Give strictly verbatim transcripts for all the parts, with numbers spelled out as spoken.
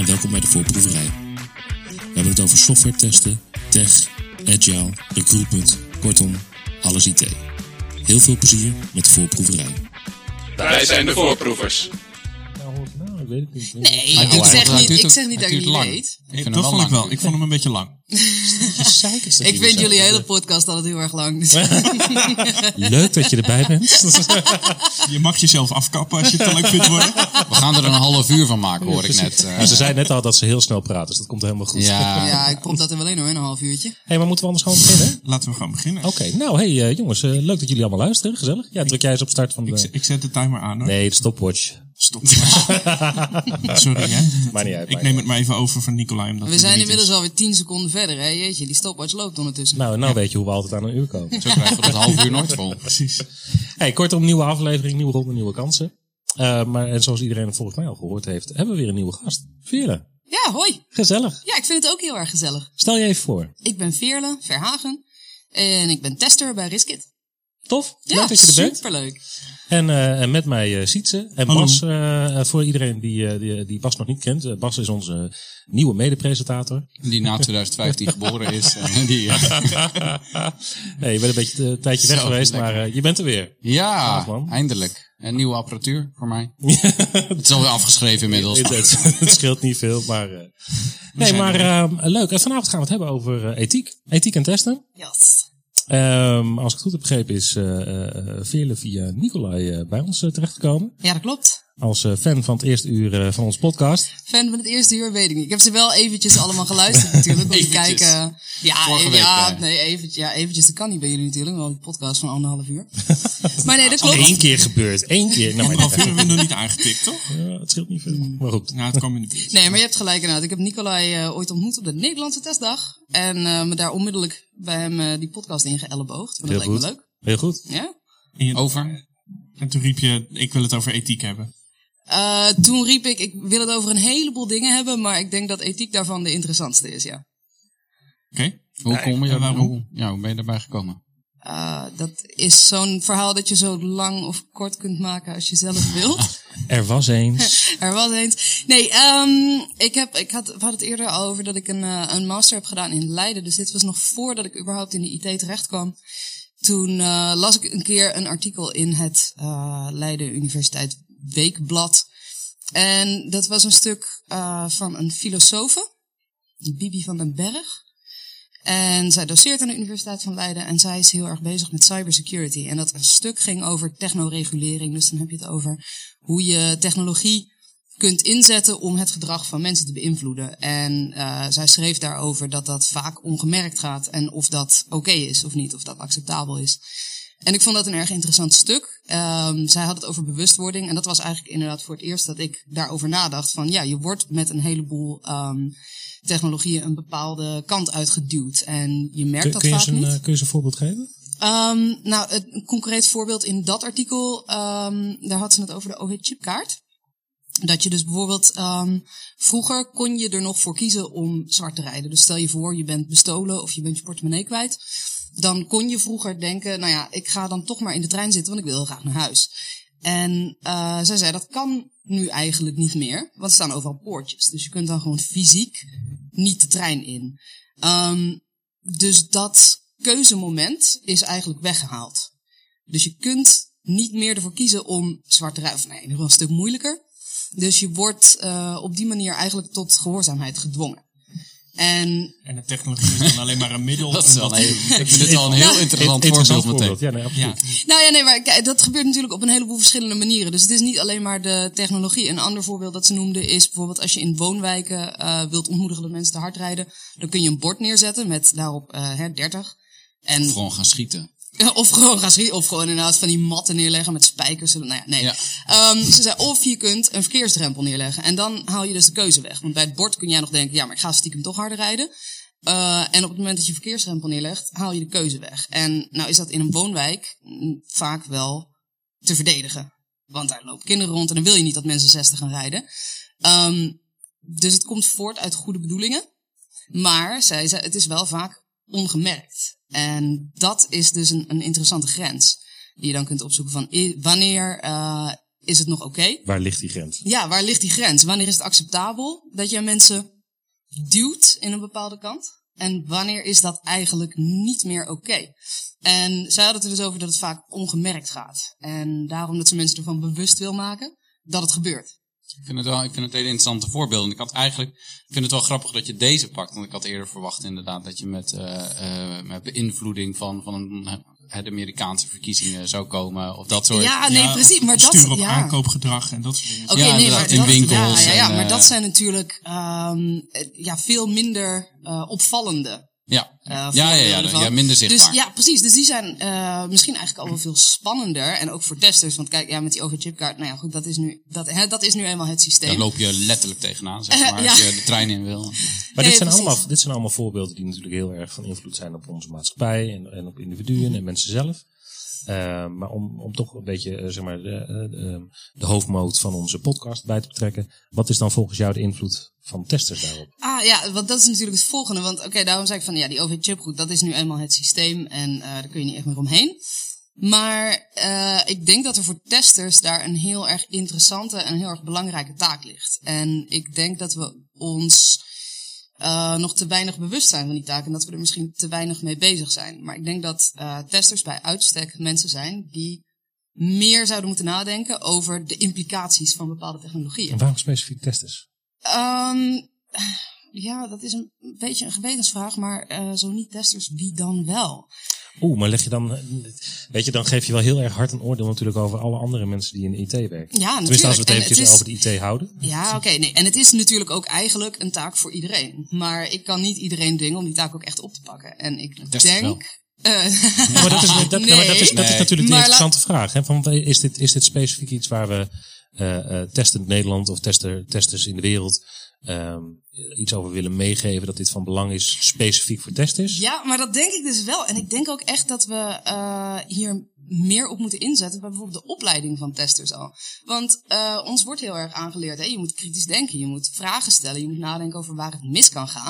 en welkom bij de Voorproeverij. We hebben het over software testen, tech, agile, recruitment, kortom, alles I T. Heel veel plezier met de Voorproeverij. Wij zijn de voorproevers. Nou, ik weet het niet. Nee, ik, ik zeg niet, ik zeg niet dat ik het niet weet. Ik vind dat vond ik wel. Ik vond hem een beetje lang. Ik vind jullie hele podcast altijd heel erg lang. Dus. Leuk dat je erbij bent. Je mag jezelf afkappen als je het te leuk vindt worden. We gaan er een half uur van maken, hoor ik net. Uh, Maar ze zei net al dat ze heel snel praten, dus dat komt helemaal goed. ja, Ja, ik prompt dat er wel in hoor, een half uurtje. Hé, hey, maar moeten we anders gewoon beginnen? Laten we gewoon beginnen. Oké, okay, nou hey uh, jongens, uh, leuk dat jullie allemaal luisteren. Gezellig. Ja, druk jij eens op start van de... Ik, ik zet de timer aan, hoor. Nee, de stopwatch. Stop. Sorry, hè. Maar niet uit. Ik neem het maar even over van Nicolai. Omdat We zijn inmiddels alweer tien seconden verder, hè. Jeetje, die stopwatch loopt ondertussen. Nou, nou ja. Weet je hoe we altijd aan een uur komen. Zo krijgen we dat half uur nooit vol. Precies. Hey, kortom, nieuwe aflevering, nieuwe ronde, nieuwe kansen. Uh, maar en zoals iedereen volgens mij al gehoord heeft, hebben we weer een nieuwe gast. Veerle. Ja, hoi. Gezellig. Ja, ik vind het ook heel erg gezellig. Stel je even voor. Ik ben Veerle Verhagen en ik ben tester bij Riskit. Tof. Ja, leuk dat je er bent. Superleuk. En, uh, en met mij uh, Sietse en Hallo. Bas. Uh, voor iedereen die, uh, die, die Bas nog niet kent. Uh, Bas is onze nieuwe medepresentator. Die na twintig vijftien geboren is. Uh, die, uh... Nee, je bent een beetje een tijdje weg Zo, geweest, lekker. maar uh, je bent er weer. Ja, Gaaf, man. eindelijk. Een nieuwe apparatuur voor mij. Het is alweer afgeschreven inmiddels. Het, het, het scheelt niet veel, maar... Uh, nee, maar uh, leuk. En vanavond gaan we het hebben over uh, ethiek. Ethiek en testen. Yes. Um, als ik het goed heb begrepen is uh, uh, Veerle via Nicolai uh, bij ons uh, terechtgekomen. Ja, dat klopt. Als uh, fan van het eerste uur uh, van ons podcast. Fan van het eerste uur weet ik niet. Ik heb ze wel eventjes allemaal geluisterd natuurlijk. Om te kijken. Ja, Vorige week, ja, uh, nee, eventjes, ja, eventjes. Dat kan niet bij jullie natuurlijk. Wel die podcast van anderhalf uur. Maar nee, dat klopt. Eén keer gebeurd. Één keer. Nou, Anderhalf uur hebben we nog niet aangetikt, toch? ja, het scheelt niet veel. Maar goed. Nou, het kwam in de buurt. Nee, maar je hebt gelijk inderdaad. Ik heb Nicolai uh, ooit ontmoet op de Nederlandse testdag. En uh, me daar onmiddellijk bij hem uh, die podcast in geëlleboogd. Want dat Heel leek me goed. leuk. Heel goed. Ja? En je- Over. En toen riep je, ik wil het over ethiek hebben. Uh, toen riep ik, ik wil het over een heleboel dingen hebben. Maar ik denk dat ethiek daarvan de interessantste is, ja. Oké? Okay? Hoe kom je en waarom? hoe, ja, hoe ben je daarbij gekomen? Uh, dat is zo'n verhaal dat je zo lang of kort kunt maken als je zelf wilt. Er was eens. Er was eens. Nee, um, ik heb, ik had, we hadden het eerder al over dat ik een, uh, een master heb gedaan in Leiden. Dus dit was nog voordat ik überhaupt in de I T terecht kwam. Toen uh, las ik een keer een artikel in het uh, Leiden Universiteit Weekblad. En dat was een stuk uh, van een filosofe, Bibi van den Berg. En zij doceert aan de Universiteit van Leiden en zij is heel erg bezig met cybersecurity. En dat stuk ging over technoregulering. Dus dan heb je het over hoe je technologie kunt inzetten om het gedrag van mensen te beïnvloeden. En uh, zij schreef daarover dat dat vaak ongemerkt gaat en of dat oké okay is of niet, of dat acceptabel is. En ik vond dat een erg interessant stuk. Um, zij had het over bewustwording en dat was eigenlijk inderdaad voor het eerst dat ik daarover nadacht van ja, je wordt met een heleboel um, technologieën een bepaalde kant uitgeduwd en je merkt Kun, dat kun, je vaak eens een, niet. uh, kun je eens een voorbeeld geven? Um, nou, een concreet voorbeeld in dat artikel, um, daar had ze het over de O V-chipkaart. Dat je dus bijvoorbeeld, um, vroeger kon je er nog voor kiezen om zwart te rijden. Dus stel je voor, je bent bestolen of je bent je portemonnee kwijt. Dan kon je vroeger denken, nou ja, ik ga dan toch maar in de trein zitten, want ik wil heel graag naar huis. En uh, zij zei, dat kan nu eigenlijk niet meer, want er staan overal poortjes. Dus je kunt dan gewoon fysiek niet de trein in. Um, dus dat keuzemoment is eigenlijk weggehaald. Dus je kunt niet meer ervoor kiezen om zwart te rijden. Of nee, nog wel een stuk moeilijker. Dus je wordt uh, op die manier eigenlijk tot gehoorzaamheid gedwongen. En, En de technologie is dan alleen maar een middel. Dat is wel om een heel, ik vind het wel een heel interessant, Interessant voorbeeld meteen. Ja, nee, absoluut. Ja. nou ja, nee, maar kijk, dat gebeurt natuurlijk op een heleboel verschillende manieren. Dus het is niet alleen maar de technologie. Een ander voorbeeld dat ze noemde is bijvoorbeeld als je in woonwijken uh, wilt ontmoedigen dat mensen te hard rijden. Dan kun je een bord neerzetten met daarop uh, dertig. En Of gewoon gaan schieten. Of gewoon gaan schieten, of gewoon inderdaad van die matten neerleggen met spijkers. Nou ja, nee. Ja. Um, ze zei, of je kunt een verkeersdrempel neerleggen. En dan haal je dus de keuze weg. Want bij het bord kun jij nog denken, ja, maar ik ga stiekem toch harder rijden. Uh, en op het moment dat je verkeersdrempel neerlegt, haal je de keuze weg. En nou is dat in een woonwijk vaak wel te verdedigen. Want daar lopen kinderen rond en dan wil je niet dat mensen zestig gaan rijden. Um, dus het komt voort uit goede bedoelingen. Maar, zei ze, het is wel vaak ongemerkt. En dat is dus een, een interessante grens die je dan kunt opzoeken van i- wanneer uh, is het nog oké? Okay? Waar ligt die grens? Ja, waar ligt die grens? Wanneer is het acceptabel dat je mensen duwt in een bepaalde kant? En wanneer is dat eigenlijk niet meer oké? Okay? En zij hadden het er dus over dat het vaak ongemerkt gaat. En daarom dat ze mensen ervan bewust wil maken dat het gebeurt. Ik vind het wel, ik vind het hele interessante voorbeelden. Ik had eigenlijk, ik vind het wel grappig dat je deze pakt. Want ik had eerder verwacht inderdaad dat je met, uh, uh, met beïnvloeding van, van een, de Amerikaanse verkiezingen zou komen. Of dat soort. Ja, nee, ja, precies. Maar dat, stuur op ja. aankoopgedrag en dat soort dingen. Oké, okay, ja, nee, maar in dat, winkels. Ja, ja, ja en, maar uh, dat zijn natuurlijk um, ja, veel minder uh, opvallende. Ja, Uh, ja, ja, ja, ja, ja, minder zichtbaar. Dus ja, precies. Dus die zijn uh, misschien eigenlijk al wel veel spannender. En ook voor testers. Want kijk, ja, met die overchipkaart, nou ja, goed, dat is nu, dat, hè, dat is nu eenmaal het systeem. Daar loop je letterlijk tegenaan, zeg maar, Uh, ja. als je de trein in wil. Maar Nee, dit, zijn precies. allemaal, dit zijn allemaal voorbeelden die natuurlijk heel erg van invloed zijn op onze maatschappij en, en op individuen en mensen zelf. Uh, maar om, om toch een beetje uh, zeg maar de, de, de hoofdmoot van onze podcast bij te betrekken. Wat is dan volgens jou de invloed van testers daarop? Ah ja, want dat is natuurlijk het volgende. Want oké, okay, daarom zei ik van ja, die O V-chip, goed, dat is nu eenmaal het systeem. En uh, daar kun je niet echt meer omheen. Maar uh, ik denk dat er voor testers daar een heel erg interessante en heel erg belangrijke taak ligt. En ik denk dat we ons uh, nog te weinig bewust zijn van die taak. En dat we er misschien te weinig mee bezig zijn. Maar ik denk dat uh, testers bij uitstek mensen zijn die meer zouden moeten nadenken over de implicaties van bepaalde technologieën. En waarom specifiek testers? Um, ja, dat is een beetje een gewetensvraag, maar uh, zo niet testers, wie dan wel? Oeh, maar leg je dan, weet je, dan geef je wel heel erg hard een oordeel natuurlijk over alle andere mensen die in de I T werken. Ja, natuurlijk. Tenminste, als we het En eventjes het is, over de I T houden. Ja, oké, okay, nee. En het is natuurlijk ook eigenlijk een taak voor iedereen. Maar ik kan niet iedereen dwingen om die taak ook echt op te pakken. En ik Testers denk... wel. Uh, Ja, maar dat is, dat, nee. maar dat is, dat is Nee. natuurlijk de Maar interessante vraag. Hè? Van, is, dit, is dit specifiek iets waar we uh, uh, testend Nederland of tester, testers in de wereld um, iets over willen meegeven, dat dit van belang is specifiek voor testers? Ja, maar dat denk ik dus wel. En ik denk ook echt dat we uh, hier meer op moeten inzetten bij bijvoorbeeld de opleiding van testers al. Want uh, ons wordt heel erg aangeleerd, hè? Je moet kritisch denken, je moet vragen stellen, je moet nadenken over waar het mis kan gaan.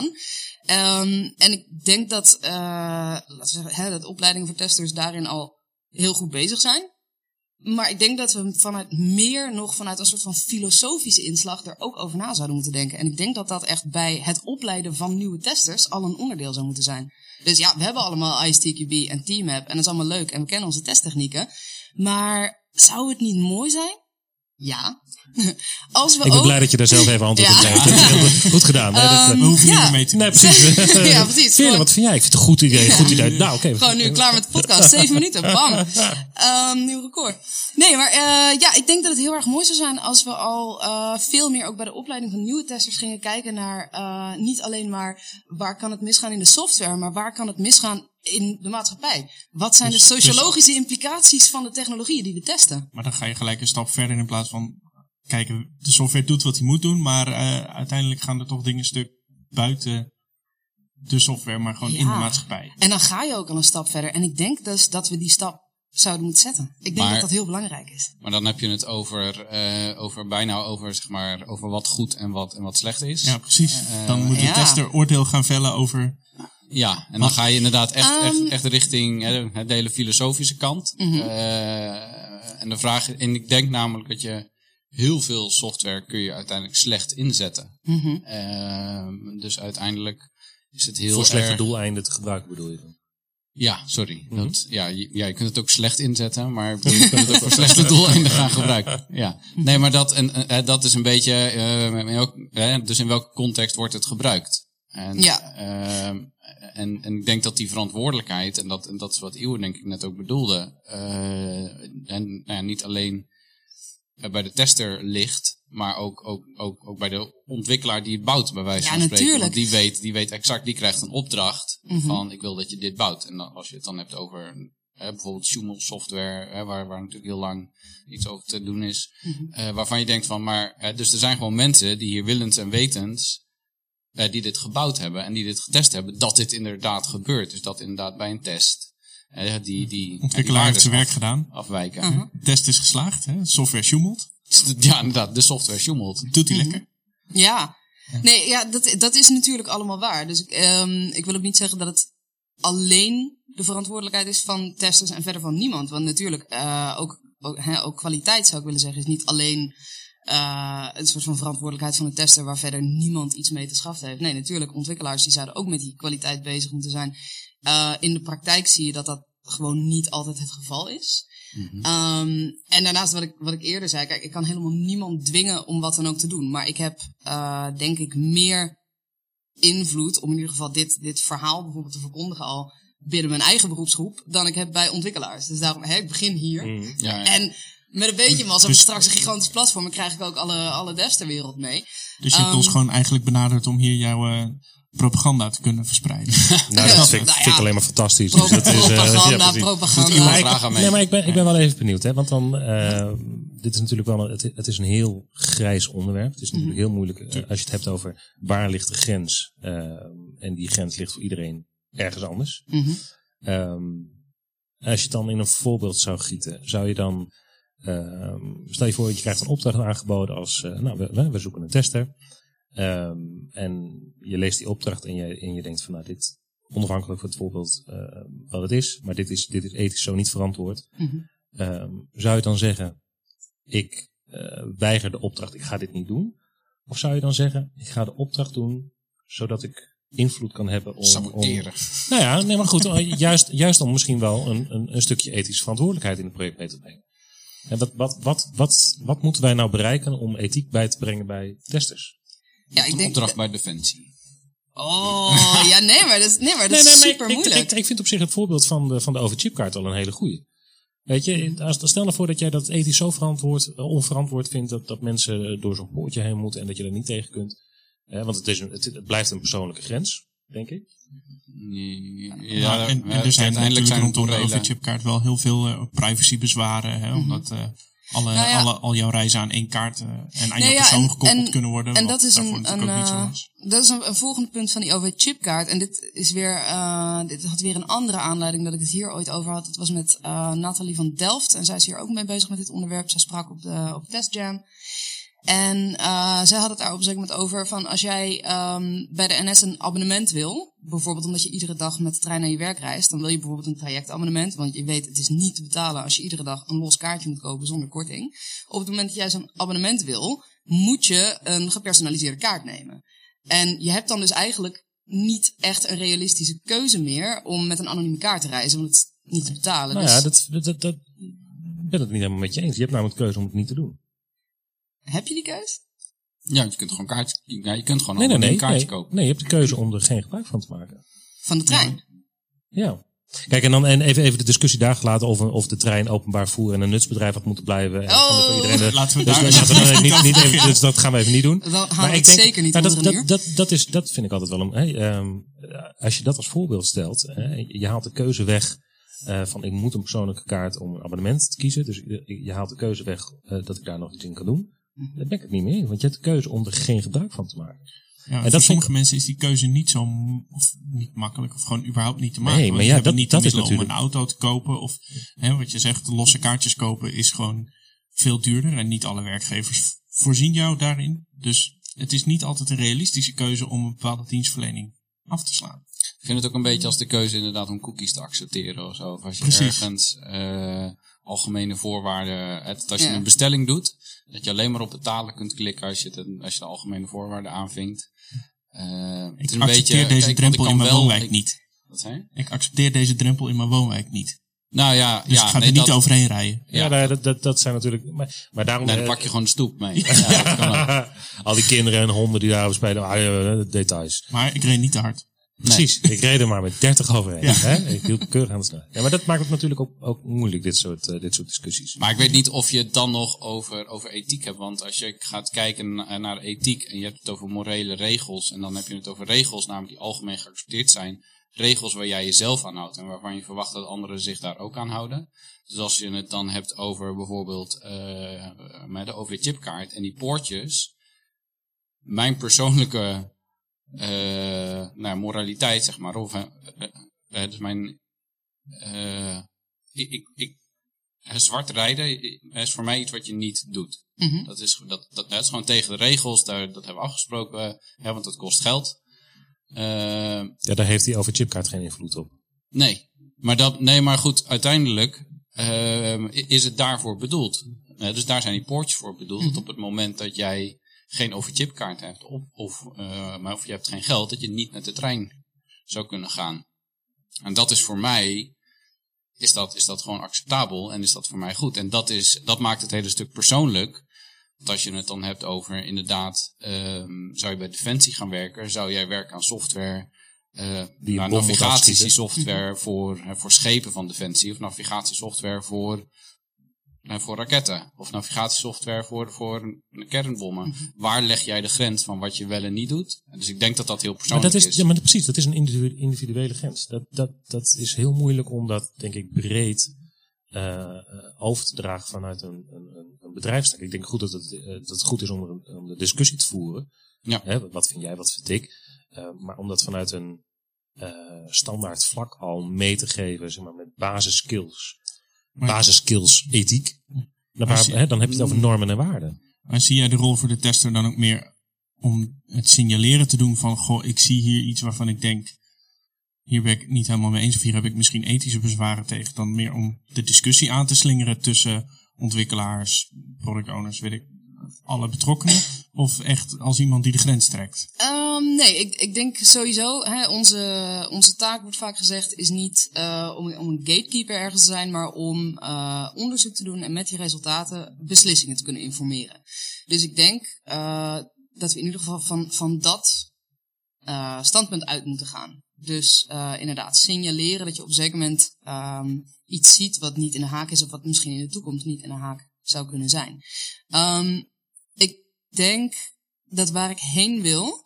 Um, en ik denk dat, uh, laten we zeggen, hè, dat opleidingen voor testers daarin al heel goed bezig zijn. Maar ik denk dat we vanuit meer nog vanuit een soort van filosofische inslag er ook over na zouden moeten denken. En ik denk dat dat echt bij het opleiden van nieuwe testers al een onderdeel zou moeten zijn. Dus ja, we hebben allemaal I S T Q B en T M A P en dat is allemaal leuk en we kennen onze testtechnieken. Maar zou het niet mooi zijn? Ja. Als we Ik ben ook... blij dat je daar zelf even antwoord Ja. op geeft. Dat is heel goed, goed gedaan. Nee, dat, Um, We hoeven niet ja. meer mee te nee, doen. precies. Ja, precies. Veerle, Gewoon- wat vind jij? Ik vind het een goed idee. Goed idee. Nou, oké. Okay. Gewoon nu klaar met de podcast. Zeven minuten. Bam. Um, nieuw record. Nee, maar uh, ja, ik denk dat het heel erg mooi zou zijn als we al uh, veel meer ook bij de opleiding van nieuwe testers gingen kijken naar uh, niet alleen maar waar kan het misgaan in de software, maar waar kan het misgaan in de maatschappij. Wat zijn de Dus- sociologische implicaties van de technologieën die we testen? Maar dan ga je gelijk een stap verder in plaats van kijken, de software doet wat hij moet doen, maar uh, uiteindelijk gaan er toch dingen stuk buiten de software, maar gewoon Ja. in de maatschappij. En dan ga je ook al een stap verder. En ik denk dus dat we die stap zouden moeten zetten. Ik denk Maar- dat dat heel belangrijk is. Maar dan heb je het over, uh, over bijna over, zeg maar, over wat goed en wat, en wat slecht is. Ja, precies. Dan moet de ja. tester oordeel gaan vellen over... Ja, en dan ga je inderdaad echt, Um, echt, echt richting hè, de hele filosofische kant. Mhm. Uh, en de vraag, en ik denk namelijk dat je heel veel software kun je uiteindelijk slecht inzetten. Mhm. Uh, dus uiteindelijk is het heel Voor slechte erg... doeleinden te gebruiken bedoel je dan? Ja, sorry. Dat, ja, je, ja, je kunt het ook slecht inzetten, maar ik bedoel, je kunt het ook voor slechte doeleinden gaan gebruiken. Ja. Nee, maar dat, en, en, dat is een beetje, uh, in welk, hè, dus in welke context wordt het gebruikt? En, Ja. uh, en, en ik denk dat die verantwoordelijkheid, en dat, en dat is wat Iwo denk ik net ook bedoelde, uh, en nou ja, niet alleen bij de tester ligt, maar ook, ook, ook, ook bij de ontwikkelaar die het bouwt, bij wijze Ja, van spreken. natuurlijk. Want die weet, die weet exact, die krijgt een opdracht Mhm. van ik wil dat je dit bouwt. En dan, als je het dan hebt over hè, bijvoorbeeld Schumel software, hè, waar, waar natuurlijk heel lang iets over te doen is, Mhm. uh, waarvan je denkt van, maar, hè, dus er zijn gewoon mensen die hier willens en wetens uh, die dit gebouwd hebben en die dit getest hebben, dat dit inderdaad gebeurt. Dus dat inderdaad bij een test uh, die, die Ontwikkelaar heeft zijn werk af, gedaan. afwijken. Mhm. Test is geslaagd, hè? Software sjoemelt. Ja, inderdaad, de software sjoemelt. Doet hij Mhm. lekker. Ja, nee, ja, dat, dat is natuurlijk allemaal waar. Dus ik, um, ik wil ook niet zeggen dat het alleen de verantwoordelijkheid is van testers en verder van niemand. Want natuurlijk, uh, ook, ook, hè, ook kwaliteit zou ik willen zeggen, is niet alleen uh, een soort van verantwoordelijkheid van de tester waar verder niemand iets mee te schaffen heeft. Nee, natuurlijk, ontwikkelaars die zouden ook met die kwaliteit bezig moeten zijn. Uh, in de praktijk zie je dat dat gewoon niet altijd het geval is. Mm-hmm. Um, en daarnaast wat ik, wat ik eerder zei, kijk, ik kan helemaal niemand dwingen om wat dan ook te doen. Maar ik heb, uh, denk ik, meer invloed om in ieder geval dit, dit verhaal bijvoorbeeld te verkondigen al binnen mijn eigen beroepsgroep dan ik heb bij ontwikkelaars. Dus daarom, hè, ik begin hier. Mm, ja, ja. En met een beetje mazzel, Dus, straks een gigantisch platform, dan krijg ik ook alle, alle devs ter wereld mee. Dus je hebt Um, ons gewoon eigenlijk benaderd om hier jouw uh, propaganda te kunnen verspreiden. Nou, dat vind, ik- Nou ja. vind ik alleen maar fantastisch. Pro- Dus dat is, uh, propaganda, ja, precies. propaganda. Maar ik, Vraag aan mij. nee, maar ik ben, ik ben wel even benieuwd. Hè, want dan, uh, dit is natuurlijk wel een, het, het is een heel grijs onderwerp. Het is natuurlijk heel moeilijk uh, als je het hebt over waar ligt de grens. Uh, en die grens ligt voor iedereen ergens anders. Mm-hmm. Um, als je het dan in een voorbeeld zou gieten, zou je dan, um, stel je voor je krijgt een opdracht aangeboden als, uh, nou, we, we zoeken een tester. Um, en je leest die opdracht en je, en je denkt van, nou, dit, onafhankelijk van het voorbeeld uh, wat het is, maar dit is, dit is ethisch zo niet verantwoord. Mm-hmm. Um, zou je dan zeggen, ik uh, weiger de opdracht, ik ga dit niet doen? Of zou je dan zeggen, ik ga de opdracht doen, zodat ik invloed kan hebben om... Saboteren. Om, nou ja, nee, maar goed, juist, juist om misschien wel een, een, een stukje ethische verantwoordelijkheid in het project mee te brengen. En wat, wat, wat, wat, wat moeten wij nou bereiken om ethiek bij te brengen bij testers? Ja, ik Een denk. opdracht bij Defensie. Oh, ja, nee, maar dat is, nee, maar dat Nee, is nee, maar super ik, moeilijk. ik, ik, ik vind op zich het voorbeeld van de, van de overchipkaart al een hele goeie. Weet je, als, stel nou voor dat jij dat ethisch zo verantwoord, onverantwoord vindt dat, dat mensen door zo'n poortje heen moeten en dat je daar niet tegen kunt. Eh, want het, is een, het, het blijft een persoonlijke grens, denk ik. Ja, Ja, en, en er zijn uiteindelijk zijn rondom de morele- overchipkaart wel heel veel uh, privacybezwaren. Hè, omdat uh, alle, Nou ja. alle, al jouw reizen aan één kaart uh, en aan Nee, jouw ja, persoon en- gekoppeld en- kunnen worden. En wat dat is daarvoor een, natuurlijk een, ook niet zo uh, was. dat is een, een volgend punt van die O V-chipkaart. En dit is weer, uh, dit had weer een andere aanleiding dat ik het hier ooit over had. Het was met uh, Nathalie van Delft. En zij is hier ook mee bezig met dit onderwerp. Zij sprak op de op TestJam. En uh, zij had het daar op een gegeven moment over van als jij um, bij de N S een abonnement wil, bijvoorbeeld omdat je iedere dag met de trein naar je werk reist, dan wil je bijvoorbeeld een trajectabonnement, want je weet het is niet te betalen als je iedere dag een los kaartje moet kopen zonder korting. Op het moment dat jij zo'n abonnement wil, moet je een gepersonaliseerde kaart nemen. En je hebt dan dus eigenlijk niet echt een realistische keuze meer om met een anonieme kaart te reizen, want het is niet te betalen. Nou dus ja, dat, dat, dat, dat ik ben het niet helemaal met je eens. Je hebt namelijk de keuze om het niet te doen. heb je die keus? Ja, je kunt gewoon kaartje, ja, je kunt gewoon Nee, nee, een nee. kaartje Nee, kopen. nee, je hebt de keuze om er geen gebruik van te maken. Van de trein? Ja. Kijk, en dan en even, even de discussie daar gelaten over of de trein openbaar voer en een nutsbedrijf had moeten blijven. En Oh. van de- voor iedereen de, Laten we dus, daar- dus laten we daar niet, niet even, dus dat gaan we even niet doen. Dan halen we het zeker niet nou, onder dat, een uur. dat, dat, dat, is, dat vind ik altijd wel een... Hey, um, als je dat als voorbeeld stelt, hè, je haalt de keuze weg uh, van ik moet een persoonlijke kaart om een abonnement te kiezen. Dus je, je haalt de keuze weg uh, dat ik daar nog iets in kan doen. Daar ben ik het niet mee eens, want je hebt de keuze om er geen gebruik van te maken. Ja, en dat voor vind sommige ik- mensen is die keuze niet zo m- of niet makkelijk of gewoon überhaupt niet te maken. Nee, Want maar je ja, hebt dat- niet dat de is middelen om een natuurlijk- auto te kopen of hè, wat je zegt, losse kaartjes kopen is gewoon veel duurder en niet alle werkgevers voorzien jou daarin. Dus het is niet altijd een realistische keuze om een bepaalde dienstverlening af te slaan. Ik vind het ook een beetje als de keuze inderdaad om cookies te accepteren of zo. Of als je Precies. ergens uh, algemene voorwaarden, het, als je Ja. een bestelling doet, dat je alleen maar op betalen kunt klikken als je, het, als je de algemene voorwaarden aanvinkt. Uh, het Ik is een accepteer beetje, deze kijk, want drempel ik in kan mijn wel, woonwijk ik- niet. Wat zei je? Ik accepteer deze drempel in mijn woonwijk niet. Nou ja, Dus ja, ik ga nee, er niet dat, overheen rijden. Ja, Ja, nou, dat, dat, dat zijn natuurlijk... Maar, maar daarom... nee, dan eh, pak je gewoon de stoep mee. Ja, dat kan ook. al die kinderen en honden die daar spelen, ah, ja, details. Maar ik reed niet te hard. Precies, ik reed er maar met dertig overheen. Ja. Hè? Ik hield keurig aan de snelheid. Ja, maar dat maakt het natuurlijk ook, ook moeilijk, dit soort, uh, dit soort discussies. Maar ik weet niet of je het dan nog over, over ethiek hebt. Want als je gaat kijken na- naar ethiek en je hebt het over morele regels. En dan heb je het over regels namelijk die algemeen geaccepteerd zijn. Regels waar jij jezelf aan houdt en waarvan je verwacht dat anderen zich daar ook aan houden. Dus als je het dan hebt over bijvoorbeeld uh, met de O V-chipkaart en die poortjes. Mijn persoonlijke uh, nou, moraliteit, zeg maar. Of, uh, uh, dus mijn... Uh, ik, ik, ik, zwart rijden is voor mij iets wat je niet doet. Mm-hmm. Dat, is, dat, dat, dat is gewoon tegen de regels, daar, dat hebben we afgesproken, hè, want dat kost geld. Uh, Ja, daar heeft die overchipkaart geen invloed op. nee, maar dat, nee, maar goed, uiteindelijk uh, is het daarvoor bedoeld. Uh, dus daar zijn die poortjes voor bedoeld. Mm-hmm. Dat op het moment dat jij geen overchipkaart hebt of, of, uh, maar of je hebt geen geld, dat je niet met de trein zou kunnen gaan. En dat is voor mij, is dat, is dat gewoon acceptabel en is dat voor mij goed. En dat, is, dat maakt het hele stuk persoonlijk. Want als je het dan hebt over inderdaad, um, zou je bij Defensie gaan werken, zou jij werken aan software, uh, Die nou, navigatiesoftware voor, uh, voor schepen van Defensie of navigatiesoftware voor, uh, voor raketten of navigatiesoftware voor, voor kernbommen. Mm-hmm. Waar leg jij de grens van wat je wel en niet doet? Dus ik denk dat dat heel persoonlijk maar dat is, is. Ja, maar precies, dat is een individu- individuele grens. Dat, dat, dat is heel moeilijk om dat, denk ik, breed uh, over te dragen vanuit een, een, een bedrijfstak. Ik denk goed dat het, uh, dat het goed is om, een, om de discussie te voeren. Ja. Hè, wat vind jij, wat vind ik? Uh, maar om dat vanuit een uh, standaard vlak al mee te geven, zeg maar, met basiskills, Maar- basiskills ethiek. Dan, waar, Als je- hè, dan heb je het over normen en waarden. Maar zie jij de rol voor de tester dan ook meer om het signaleren te doen van, goh, ik zie hier iets waarvan ik denk, hier ben ik het niet helemaal mee eens, of hier heb ik misschien ethische bezwaren tegen, dan meer om de discussie aan te slingeren tussen ontwikkelaars, product owners, weet ik, alle betrokkenen, of echt als iemand die de grens trekt? Um, nee, ik, ik denk sowieso, hè, onze, onze taak wordt vaak gezegd, is niet uh, om, om een gatekeeper ergens te zijn, maar om uh, onderzoek te doen en met die resultaten beslissingen te kunnen informeren. Dus ik denk uh, dat we in ieder geval van, van dat uh, standpunt uit moeten gaan. Dus uh, inderdaad, signaleren dat je op een zeker moment um, iets ziet wat niet in de haak is, of wat misschien in de toekomst niet in de haak zou kunnen zijn. Um, ik denk dat waar ik heen wil,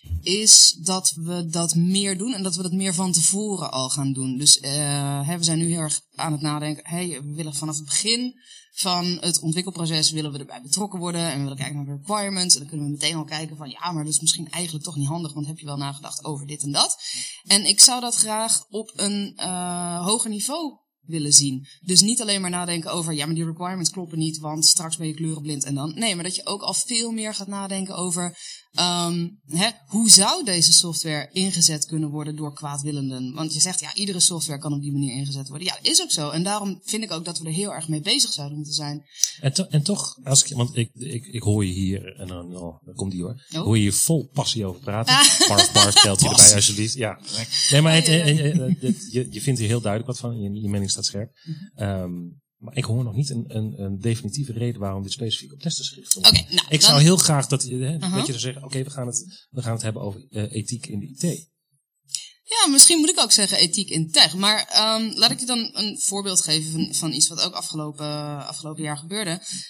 is dat we dat meer doen en dat we dat meer van tevoren al gaan doen. Dus uh, hè, we zijn nu heel erg aan het nadenken, hey, we willen vanaf het begin van het ontwikkelproces willen we erbij betrokken worden en we willen kijken naar de requirements en dan kunnen we meteen al kijken van ja, maar dat is misschien eigenlijk toch niet handig, want heb je wel nagedacht over dit en dat. En ik zou dat graag op een uh, hoger niveau willen zien. Dus niet alleen maar nadenken over, ja, maar die requirements kloppen niet, want straks ben je kleurenblind en dan. Nee, maar dat je ook al veel meer gaat nadenken over, um, hè, hoe zou deze software ingezet kunnen worden door kwaadwillenden? Want je zegt, ja, iedere software kan op die manier ingezet worden. Ja, dat is ook zo. En daarom vind ik ook dat we er heel erg mee bezig zouden moeten zijn. En, to- en toch, als ik, want ik, ik, ik hoor je hier, en dan, oh, dan komt die hoor, Oh. hoor je hier vol passie over praten. Ah. Barf, barf, telt je erbij alsjeblieft. Ja. Nee, maar het, eh, eh, eh, het- je, je vindt hier heel duidelijk wat van, je, je mening staat scherp. Um, maar ik hoor nog niet een, een, een definitieve reden waarom dit specifiek op testers gericht wordt. Oké, nou, Ik dan- zou heel graag dat, hè, Uh-huh. dat je dan zegt, oké, okay, we gaan het, we gaan het hebben over uh, ethiek in de I T. Ja, misschien moet ik ook zeggen ethiek in tech. Maar um, laat ik je dan een voorbeeld geven van, van iets wat ook afgelopen, afgelopen jaar gebeurde.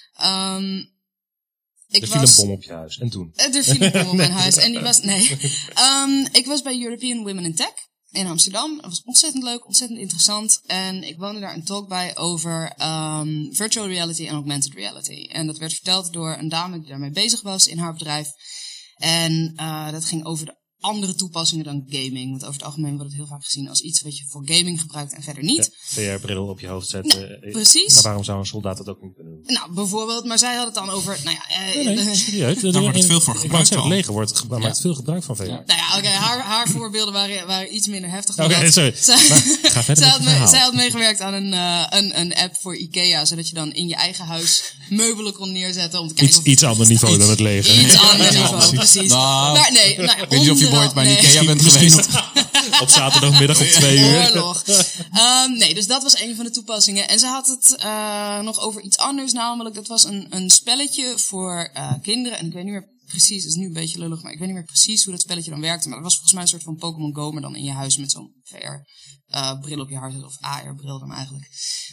Um, ik Er viel was, een bom op je huis. En toen? Er viel een bom op mijn huis. En die was, nee. Um, ik was bij European Women in Tech in Amsterdam. Dat was ontzettend leuk, ontzettend interessant. En ik woonde daar een talk bij over um, virtual reality en augmented reality. En dat werd verteld door een dame die daarmee bezig was in haar bedrijf. En uh, dat ging over de andere toepassingen dan gaming. Want over het algemeen wordt het heel vaak gezien als iets wat je voor gaming gebruikt en verder niet. Ja, V R-bril op je hoofd zetten. Nou, eh, precies. Maar waarom zou een soldaat dat ook niet kunnen doen? Nou, bijvoorbeeld. Maar zij had het dan over, nou ja... Eh, Nee, nee, serieus. Daar wordt het veel voor Ik wou gebruikt zeggen, al. het leger wordt, gebru- maakt veel gebruik van V R. Ja. Nou ja, oké, haar, haar voorbeelden waren, waren iets minder heftig dan Oké, dat. sorry. Zij, Maar ga verder zij, met had je me- verhaal. zij had meegewerkt aan een, uh, een, een app voor IKEA, zodat je dan in je eigen huis meubelen kon neerzetten om te kijken Iets, of... iets ander niveau dan het leger. Iets ander Ja, niveau, precies. precies. Nou, maar nee, nou, Ik weet niet of je onder- ooit bij nee. Ikea bent Misschien geweest. op zaterdagmiddag om twee uur. Oorlog. Um, nee, dus dat was een van de toepassingen. En ze had het uh, nog over iets anders, namelijk dat was een, een spelletje voor uh, kinderen. En ik weet niet meer precies, het is nu een beetje lullig, maar ik weet niet meer precies hoe dat spelletje dan werkte. Maar dat was volgens mij een soort van Pokémon Go, maar dan in je huis met zo'n V R-bril op je hart, of A R-bril dan eigenlijk.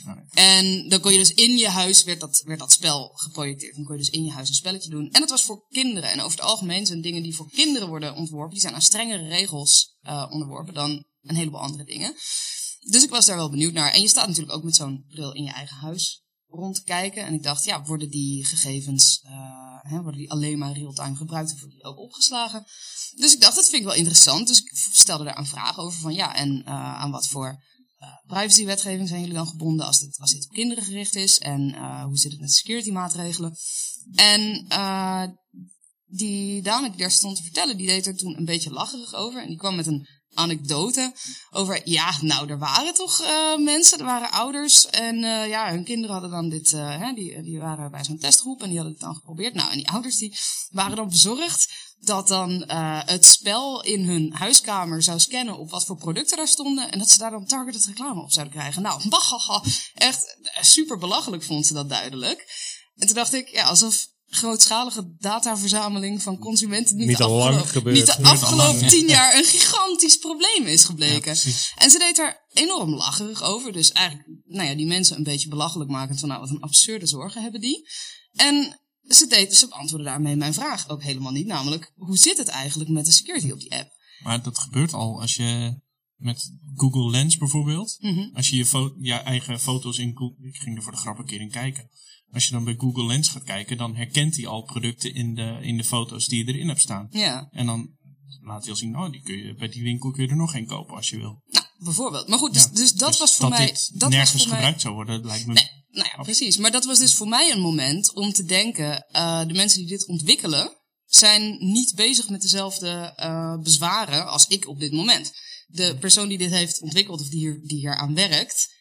En dan kon je dus in je huis, werd dat, werd dat spel geprojecteerd. Dan kon je dus in je huis een spelletje doen. En dat was voor kinderen. En over het algemeen zijn dingen die voor kinderen worden ontworpen, die zijn aan strengere regels uh, onderworpen dan een heleboel andere dingen. Dus ik was daar wel benieuwd naar. En je staat natuurlijk ook met zo'n bril in je eigen huis rond te kijken. En ik dacht, ja, worden die gegevens, uh, hè, worden die alleen maar real-time gebruikt of worden die ook opgeslagen? Dus ik dacht, dat vind ik wel interessant. Dus ik stelde daar een vraag over van, ja, en uh, aan wat voor uh, privacywetgeving zijn jullie dan gebonden als dit, als dit op kinderen gericht is? En uh, hoe zit het met security maatregelen? En uh, die dame die daar stond te vertellen, die deed er toen een beetje lacherig over. En die kwam met een anekdote over, ja, nou, er waren toch uh, mensen, er waren ouders en uh, ja, hun kinderen hadden dan dit, uh, hè, die, die waren bij zo'n testgroep en die hadden het dan geprobeerd. Nou, en die ouders die waren dan bezorgd dat dan uh, het spel in hun huiskamer zou scannen op wat voor producten daar stonden en dat ze daar dan targeted reclame op zouden krijgen. Nou, bahaha, echt super belachelijk vond ze dat duidelijk. En toen dacht ik, ja, alsof grootschalige dataverzameling van consumenten niet, niet de al lang afgelopen, gebeurd. niet de afgelopen tien jaar een gigantisch probleem is gebleken. Ja, en ze deed er enorm lacherig over. Dus eigenlijk, nou ja, die mensen een beetje belachelijk maken van, nou, wat een absurde zorgen hebben die. En ze deed, ze beantwoordde daarmee mijn vraag ook helemaal niet. Namelijk, hoe zit het eigenlijk met de security op die app? Maar dat gebeurt al als je met Google Lens bijvoorbeeld, Mm-hmm. als je je, fo- je eigen foto's in Google, ik ging er voor de grap een keer in kijken. Als je dan bij Google Lens gaat kijken, dan herkent hij al producten in de, in de foto's die je erin hebt staan. Ja. En dan laat hij al zien, oh, die kun je, bij die winkel kun je er nog één kopen als je wil. Nou, bijvoorbeeld. Maar goed, dus, Ja, dus dat dus was voor dat mij... dit dat nergens was voor gebruikt mij, zou worden, lijkt me... Nee, nou ja, precies. Maar dat was dus voor mij een moment om te denken, uh, de mensen die dit ontwikkelen zijn niet bezig met dezelfde uh, bezwaren als ik op dit moment. De persoon die dit heeft ontwikkeld of die hier, die hier aan werkt,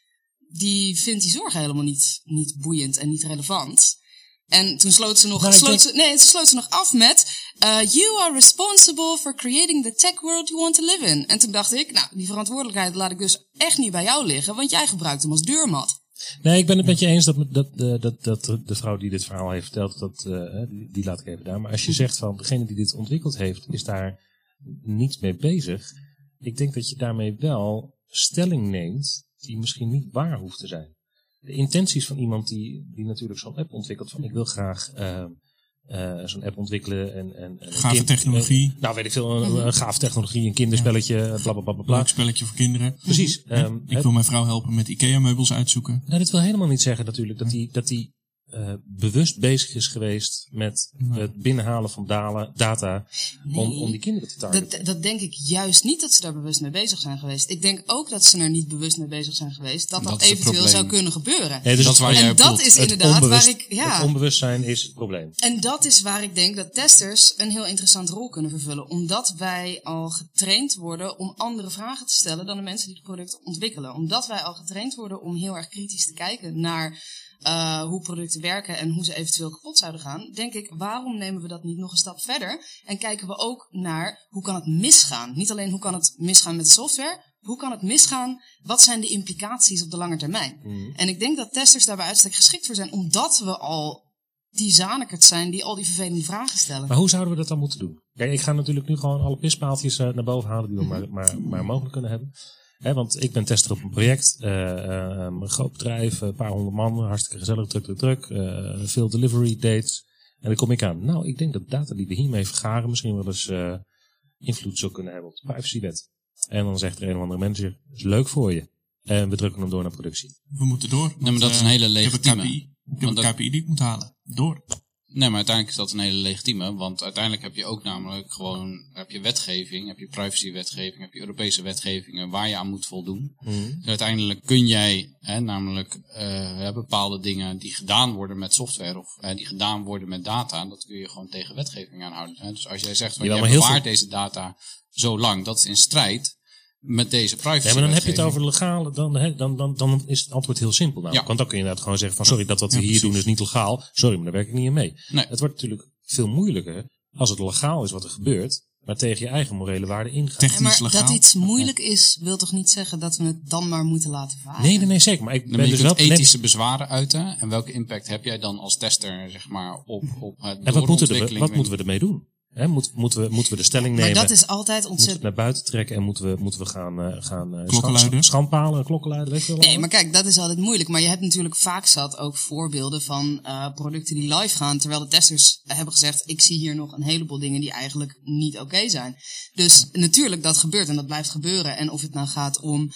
die vindt die zorgen helemaal niet, niet boeiend en niet relevant. En toen sloot ze nog, Nou, sloot denk... ze, nee, ze sloot ze nog af met, uh, you are responsible for creating the tech world you want to live in. En toen dacht ik, nou, die verantwoordelijkheid laat ik dus echt niet bij jou liggen, want jij gebruikt hem als deurmat. Nee, ik ben het met je eens dat, dat, dat, dat, dat de vrouw die dit verhaal heeft verteld, dat, uh, die, die laat ik even daar. Maar als je zegt van, degene die dit ontwikkeld heeft, is daar niet mee bezig. Ik denk dat je daarmee wel stelling neemt die misschien niet waar hoeft te zijn. De intenties van iemand die, die natuurlijk zo'n app ontwikkelt, van ik wil graag uh, uh, zo'n app ontwikkelen en, en, en Gave kind, technologie. Uh, nou, weet ik veel, een, een gave technologie, een kinderspelletje, bla bla bla bla. Leuk spelletje voor kinderen. Precies. Ja, Um, ik wil mijn vrouw helpen met IKEA-meubels uitzoeken. Nou, dit wil helemaal niet zeggen natuurlijk dat die, dat die uh, bewust bezig is geweest met Nee. het binnenhalen van dalen, data om, Nee. om die kinderen te targeten. Dat, dat denk ik juist niet dat ze daar bewust mee bezig zijn geweest. Ik denk ook dat ze er niet bewust mee bezig zijn geweest. Dat dat, Dat is het eventueel probleem. zou kunnen gebeuren. Nee, dus Dat is waar jij en op dat doelt. is het inderdaad onbewust, waar ik... Ja. Het onbewustzijn is het probleem. En dat is waar ik denk dat testers een heel interessante rol kunnen vervullen. Omdat wij al getraind worden om andere vragen te stellen dan de mensen die het product ontwikkelen. Omdat wij al getraind worden om heel erg kritisch te kijken naar uh, hoe producten werken en hoe ze eventueel kapot zouden gaan. Denk ik, waarom nemen we dat niet nog een stap verder? En kijken we ook naar hoe kan het misgaan? Niet alleen hoe kan het misgaan met de software, hoe kan het misgaan? Wat zijn de implicaties op de lange termijn? Mm. En ik denk dat testers daar bij uitstek geschikt voor zijn, omdat we al die zanikert zijn die al die vervelende vragen stellen. Maar hoe zouden we dat dan moeten doen? Kijk, ik ga natuurlijk nu gewoon alle pispaaltjes uh, naar boven halen die we maar, maar, maar mogelijk kunnen hebben. He, want ik ben tester op een project, uh, uh, een groot bedrijf, een paar honderd man, hartstikke gezellig, druk, druk, druk, uh, veel delivery dates. En dan kom ik aan, nou, ik denk dat data die we hiermee vergaren misschien wel eens uh, invloed zou kunnen hebben op de privacywet. En dan zegt er een of andere manager, is leuk voor je. En we drukken hem door naar productie. We moeten door. Want, Nee, maar dat is een hele uh, legitieme. Ik heb een K P I, ik heb Want een dat- K P I die ik moet halen. Door. Nee, maar uiteindelijk is dat een hele legitieme. Want uiteindelijk heb je ook namelijk gewoon heb je wetgeving, heb je privacywetgeving, heb je Europese wetgevingen waar je aan moet voldoen. Mm. Dus uiteindelijk kun jij hè, namelijk uh, bepaalde dingen die gedaan worden met software of uh, die gedaan worden met data, dat kun je gewoon tegen wetgeving aanhouden. Hè. Dus als jij zegt van Ja, jij maar heel bewaart veel- deze data zo lang, dat is in strijd met deze privacy. Ja, maar dan heb je het over legale, dan, hè, dan, dan, dan is het antwoord heel simpel. Nou. Ja. Want dan kun je inderdaad gewoon zeggen van sorry, dat wat we Ja, hier precies. doen is niet legaal. Sorry, maar daar werk ik niet in mee. Nee. Het wordt natuurlijk veel moeilijker als het legaal is wat er gebeurt, maar tegen je eigen morele waarden ingaat. Technisch Ja, maar legaal. dat iets moeilijk is, wil toch niet zeggen dat we het dan maar moeten laten varen? Nee, nee, nee, zeker. Maar ik Dan ben ben je dus wel... kunt nee, ethische bezwaren uiten. En welke impact heb jij dan als tester zeg maar, op, op het en wat moeten, we, doorontwikkeling? wat moeten we ermee doen? Hè, moet, moeten, we, moeten we de stelling Maar nemen? dat is altijd Moeten we het ontzettend... naar buiten trekken en moeten we, moeten we gaan, uh, gaan uh, Klokkenluiden. schan- schandpalen, klokkenluiden, weet je wel? Nee, maar kijk, dat is altijd moeilijk. Maar je hebt natuurlijk vaak zat ook voorbeelden van uh, producten die live gaan, terwijl de testers hebben gezegd, ik zie hier nog een heleboel dingen die eigenlijk niet oké okay zijn. Dus natuurlijk, dat gebeurt en dat blijft gebeuren. En of het nou gaat om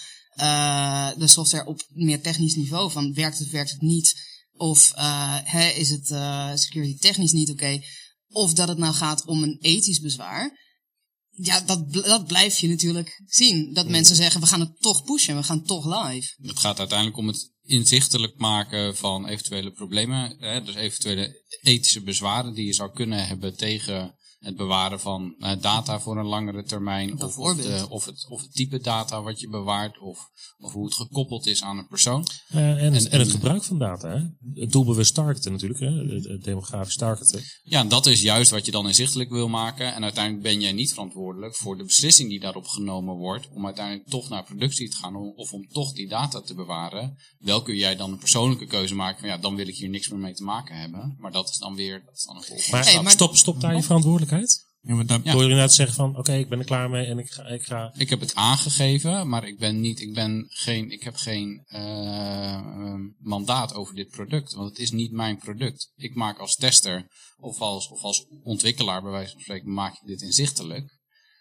uh, de software op meer technisch niveau, van werkt het, werkt het niet, of uh, hè, is het uh, security technisch niet oké, okay, of dat het nou gaat om een ethisch bezwaar. Ja, dat, bl- dat blijf je natuurlijk zien. Dat mensen zeggen, we gaan het toch pushen, we gaan toch live. Het gaat uiteindelijk om het inzichtelijk maken van eventuele problemen. Hè, dus eventuele ethische bezwaren die je zou kunnen hebben tegen het bewaren van uh, data voor een langere termijn. Of, of, de, of, het, of het type data wat je bewaart. Of, of hoe het gekoppeld is aan een persoon. Uh, en, en, en, en het gebruik van data. Hè? Het doelbewust targeten natuurlijk. Hè? Het, het demografisch targeten. Ja, en dat is juist wat je dan inzichtelijk wil maken. En uiteindelijk ben jij niet verantwoordelijk voor de beslissing die daarop genomen wordt. Om uiteindelijk toch naar productie te gaan. Of om toch die data te bewaren. Wel kun jij dan een persoonlijke keuze maken. Van ja, dan wil ik hier niks meer mee te maken hebben. Maar dat is dan weer dat is dan een volgende maar, stap. hey, maar stop, stop daar je verantwoordelijkheid? Ja, maar daar, Ja. Door je inderdaad te zeggen van, oké, okay, ik ben er klaar mee en ik ga, ik ga... Ik heb het aangegeven, maar ik ben niet, ik ben geen, ik heb geen uh, mandaat over dit product, want het is niet mijn product. Ik maak als tester of als, of als ontwikkelaar, bij wijze van spreken, maak ik dit inzichtelijk.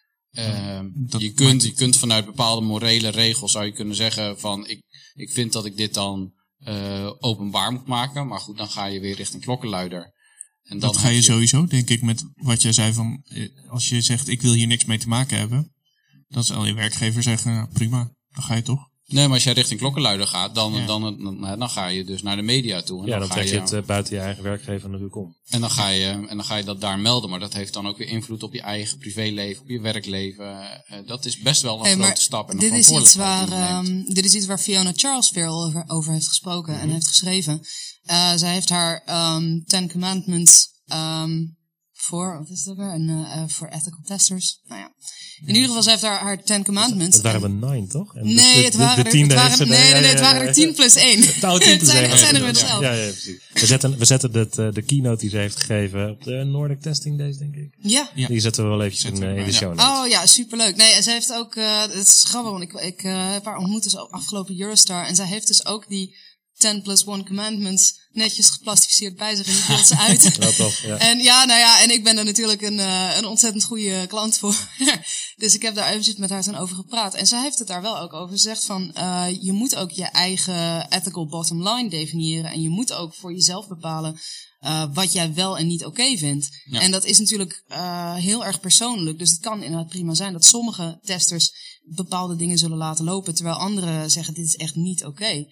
Uh, je kunt, je kunt vanuit bepaalde morele regels zou je kunnen zeggen van, ik, ik vind dat ik dit dan uh, openbaar moet maken, maar goed, dan ga je weer richting klokkenluider. En dan dat ga je, je sowieso, denk ik, met wat jij zei van, als je zegt ik wil hier niks mee te maken hebben, dan zal je werkgever zeggen, nou, prima, dan ga je toch. Nee, maar als jij richting klokkenluider gaat, dan, Ja. dan, dan, dan, dan ga je dus naar de media toe. En Ja, dan, dan ga trek je je het uh, buiten je eigen werkgever natuurlijk om. En dan ga je, en dan ga je dat daar melden, maar dat heeft dan ook weer invloed op je eigen privéleven, op je werkleven. Uh, dat is best wel een Hey, grote stap en een dit is iets waar, verantwoordelijkheid die je neemt. um, dit is iets waar Fiona Charles veel over, over heeft gesproken Mm-hmm. en heeft geschreven. Uh, zij heeft haar um, Ten Commandments um, voor, wat is het ook weer? Een, uh, voor ethical testers. Nou ja. In ieder geval, zij heeft haar, haar Ten Commandments. Het waren er nine, toch? En Nee, dus de, het waren de, de er, tiende het heeft waren, ze- nee, nee, ja, nee, ja, het waren ja, er tien plus één. Nou, tien plus Het zijn, één. het zijn er Ja, inmiddels elf. Ja, ja, precies. We zetten, we zetten dit, uh, de keynote die ze heeft gegeven op de Nordic Testing Days, denk ik. Ja. Ja. Die zetten we wel eventjes in, Zetten we uh, in de erbij. show notes. Oh ja, superleuk. Nee, en zij heeft ook, uh, het is grappig, want ik, ik uh, heb haar ontmoet dus afgelopen Eurostar. En zij heeft dus ook die ten plus one commandments netjes geplastificeerd bij zich en die deelt ze uit. Wel tof, ja. En ja, nou ja, en ik ben er natuurlijk een, uh, een ontzettend goede klant voor. Dus ik heb daar eventjes met haar toen over gepraat. En zij heeft het daar wel ook over. Ze zegt van, uh, je moet ook je eigen ethical bottom line definiëren. En je moet ook voor jezelf bepalen uh, wat jij wel en niet oké okay vindt. Ja. En dat is natuurlijk uh, heel erg persoonlijk. Dus het kan inderdaad prima zijn dat sommige testers bepaalde dingen zullen laten lopen. Terwijl anderen zeggen, dit is echt niet oké. Okay.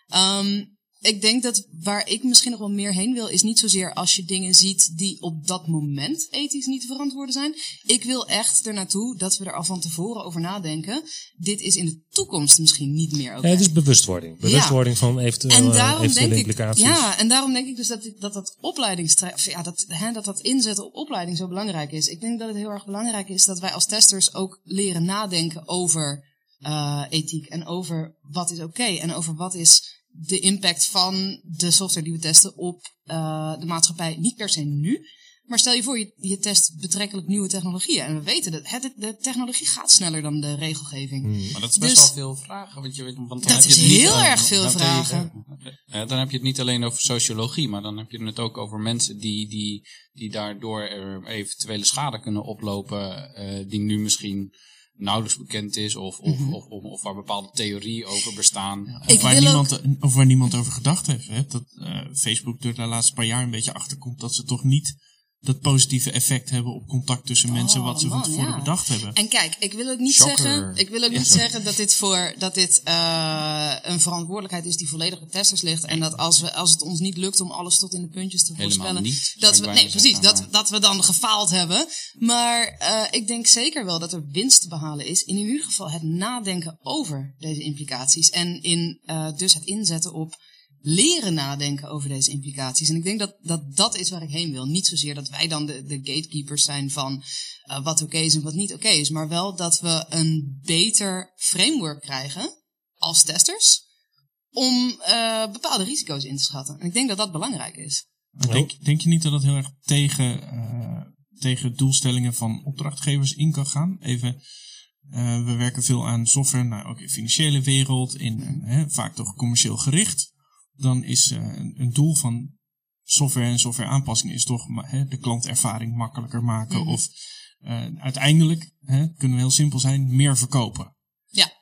Um, ik denk dat waar ik misschien nog wel meer heen wil, is niet zozeer als je dingen ziet die op dat moment ethisch niet te verantwoorden zijn. Ik wil echt ernaartoe dat we er al van tevoren over nadenken. Dit is in de toekomst misschien niet meer oké. Okay. Ja, het is bewustwording. Bewustwording ja. van eventuele, en daarom eventuele denk implicaties. Ik, ja, en daarom denk ik dus dat dat, dat opleidingstraject, ja, dat, hè, dat dat inzetten op opleiding zo belangrijk is. Ik denk dat het heel erg belangrijk is dat wij als testers ook leren nadenken over uh, ethiek en over wat is oké okay, en over wat is de impact van de software die we testen op uh, de maatschappij. Niet per se nu, maar stel je voor, je, je test betrekkelijk nieuwe technologieën. En we weten dat het, de technologie gaat sneller dan de regelgeving. Hmm. Maar dat is best Dus, wel veel vragen. Want je, want dan dat heb je is het niet, heel uh, erg veel dan vragen. Heb je, uh, dan heb je het niet alleen over sociologie, maar dan heb je het ook over mensen die, die, die daardoor er eventuele schade kunnen oplopen, uh, die nu misschien nauwelijks bekend is of, of, mm-hmm. of, of, of waar bepaalde theorieën over bestaan. Ja, Ik of, waar wil niemand, ook... of waar niemand over gedacht heeft. Hè? Dat uh, Facebook er de laatste paar jaar een beetje achterkomt dat ze toch niet dat positieve effect hebben op contact tussen oh, mensen wat ze man, van tevoren ja. bedacht hebben. En kijk, ik wil ook niet Shocker. zeggen, ik wil ook Ja, niet sorry. zeggen dat dit voor dat dit uh, een verantwoordelijkheid is die volledig op testers ligt en dat als we als het ons niet lukt om alles tot in de puntjes te Helemaal voorspellen, niet, dat zou we ik nee bijna precies zeggen, dat maar- dat we dan gefaald hebben. Maar uh, ik denk zeker wel dat er winst te behalen is in in ieder geval het nadenken over deze implicaties en in uh, dus het inzetten op leren nadenken over deze implicaties. En ik denk dat dat, dat is waar ik heen wil. Niet zozeer dat wij dan de, de gatekeepers zijn van uh, wat oké is en wat niet oké is. Maar wel dat we een beter framework krijgen als testers om uh, bepaalde risico's in te schatten. En ik denk dat dat belangrijk is. Maar denk, denk je niet dat het heel erg tegen, uh, tegen doelstellingen van opdrachtgevers in kan gaan? Even, uh, we werken veel aan software, nou ook in de financiële wereld, in, uh, vaak toch commercieel gericht. Dan is uh, een, een doel van software en software aanpassingen is toch uh, de klantervaring makkelijker maken. Mm-hmm. Of uh, uiteindelijk, uh, kunnen we heel simpel zijn, meer verkopen. Ja.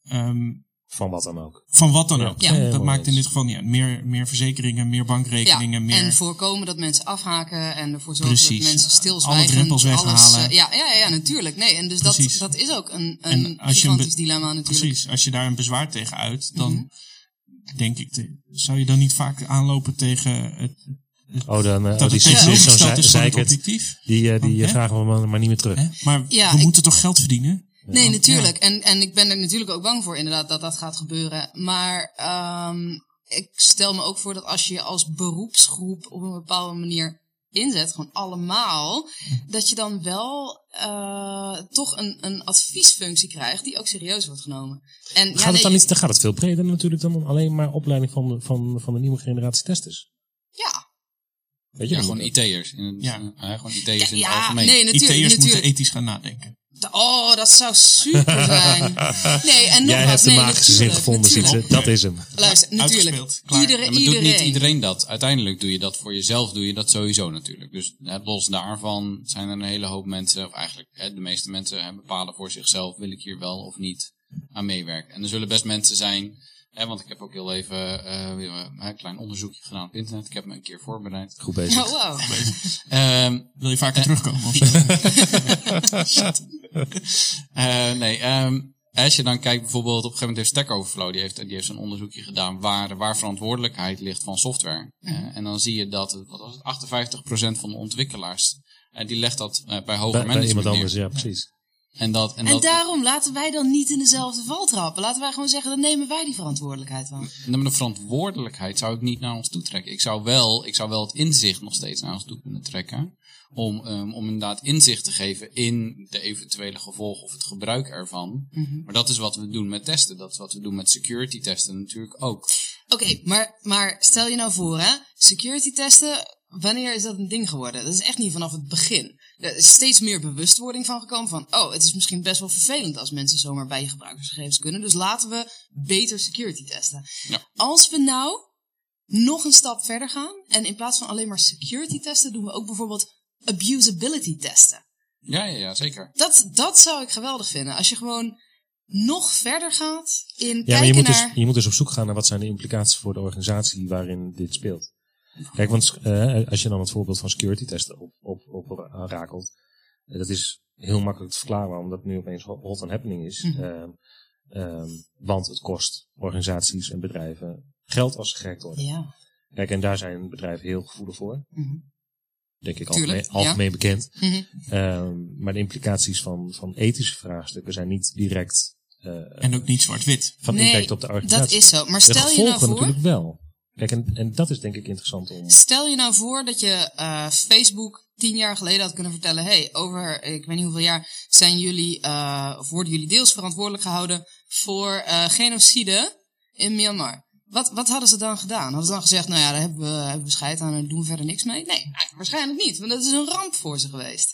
Van Um, wat dan ook. Van wat dan Ja. ook. Ja. Dat Ja, maakt in eens. dit geval ja, meer, meer verzekeringen, meer bankrekeningen. Ja, meer... en voorkomen dat mensen afhaken en ervoor zorgen Precies. dat mensen Alle stilzwijgen. drempels alles, weghalen. uh, ja, ja, ja, natuurlijk. Nee, en dus dat, Precies. dat is ook een, En een als je gigantisch een be- dilemma natuurlijk. Precies, als je daar een bezwaar tegen uit, dan Mm-hmm. denk ik, te, zou je dan niet vaak aanlopen tegen het, Oh, dan, uh, Dat oh, die het technologisch is zo'n gesteld is van het zeikert. objectief. Die, uh, die uh, Hè? vragen we maar, maar niet meer terug. Hè? Maar Ja, we ik- moeten toch geld verdienen? Nee, Ja. natuurlijk. En, en ik ben er natuurlijk ook bang voor inderdaad dat dat gaat gebeuren. Maar um, ik stel me ook voor dat als je je als beroepsgroep op een bepaalde manier inzet, gewoon allemaal, dat je dan wel uh, toch een, een adviesfunctie krijgt die ook serieus wordt genomen. En, ja, Gaat het nee, dan, je- niet, dan gaat het veel breder natuurlijk dan alleen maar opleiding van de, van, van de nieuwe generatie testers. Ja, Weet je Ja, dat? gewoon I T'ers. In het, Ja. ja. gewoon I T'ers in het ja, algemeen. nee, natuurlijk. I T'ers moeten natuurlijk. ethisch gaan nadenken. Oh, dat zou super zijn. Nee, en nog Jij wat. hebt de nee, magische zin natuurlijk, gevonden, natuurlijk. Sietse. Dat is hem. Luister, natuurlijk. Uitgespeeld. Klaar. Iedere, Ja, maar doet iedereen. niet iedereen dat. Uiteindelijk doe je dat voor jezelf, doe je dat sowieso natuurlijk. Dus hè, los daarvan zijn er een hele hoop mensen, of eigenlijk hè, de meeste mensen hè, bepalen voor zichzelf, wil ik hier wel of niet aan meewerken. En er zullen best mensen zijn, hè, want ik heb ook heel even uh, een klein onderzoekje gedaan op internet. Ik heb me een keer voorbereid. Goed bezig. Oh, wow. Um, Wil je vaker terugkomen? Of zo? Uh, nee, um, als je dan kijkt bijvoorbeeld op een gegeven moment heeft Stack Overflow, die heeft, die heeft zo'n onderzoekje gedaan waar, waar verantwoordelijkheid ligt van software. Mm-hmm. Uh, en dan zie je dat, wat was het, achtenvijftig procent van de ontwikkelaars, uh, die legt dat uh, bij hoger Bij, management bij iemand neer. anders, ja, precies. En, dat, en, En dat, daarom laten wij dan niet in dezelfde val trappen. Laten wij gewoon zeggen, dan nemen wij die verantwoordelijkheid van. en dan de verantwoordelijkheid zou ik niet naar ons toe trekken. Ik zou wel, ik zou wel het inzicht nog steeds naar ons toe kunnen trekken. Om, um, om inderdaad inzicht te geven in de eventuele gevolgen of het gebruik ervan. Mm-hmm. Maar dat is wat we doen met testen. Dat is wat we doen met security testen natuurlijk ook. Oké, okay, maar, maar stel je nou voor, hè, security testen, wanneer is dat een ding geworden? Dat is echt niet vanaf het begin. Er is steeds meer bewustwording van gekomen van, oh, het is misschien best wel vervelend als mensen zomaar bij je gebruikersgegevens kunnen. Dus laten we beter security testen. Ja. Als we nou nog een stap verder gaan en in plaats van alleen maar security testen, doen we ook bijvoorbeeld abusability testen. Ja, ja, ja, zeker. Dat, dat zou ik geweldig vinden. Als je gewoon nog verder gaat in Ja, maar kijken je moet, naar... dus, je moet dus op zoek gaan naar wat zijn de implicaties voor de organisatie waarin dit speelt. Kijk, want uh, als je dan het voorbeeld van security testen op, op, op aanrakelt, uh, dat is heel makkelijk te verklaren waarom dat nu opeens hot and happening is. Mm-hmm. Um, um, want het kost organisaties en bedrijven geld als ze gehackt worden. Ja. Kijk, en daar zijn bedrijven heel gevoelig voor. Mm-hmm. Denk ik Tuurlijk, algemeen, algemeen ja. bekend. Mm-hmm. Um, maar de implicaties van, van ethische vraagstukken zijn niet direct uh, En ook niet zwart-wit. van Nee, impact op de organisatie. dat is zo. Maar de stel je gevolgen nou voor... natuurlijk wel. Kijk, en, en dat is denk ik interessant om... Stel je nou voor dat je uh, Facebook tien jaar geleden had kunnen vertellen... hey, over ik weet niet hoeveel jaar zijn jullie, uh, of worden jullie deels verantwoordelijk gehouden voor uh, genocide in Myanmar. Wat, wat hadden ze dan gedaan? Hadden ze dan gezegd, nou ja, daar hebben we, hebben we scheid aan en doen we verder niks mee? Nee, eigenlijk waarschijnlijk niet, want dat is een ramp voor ze geweest.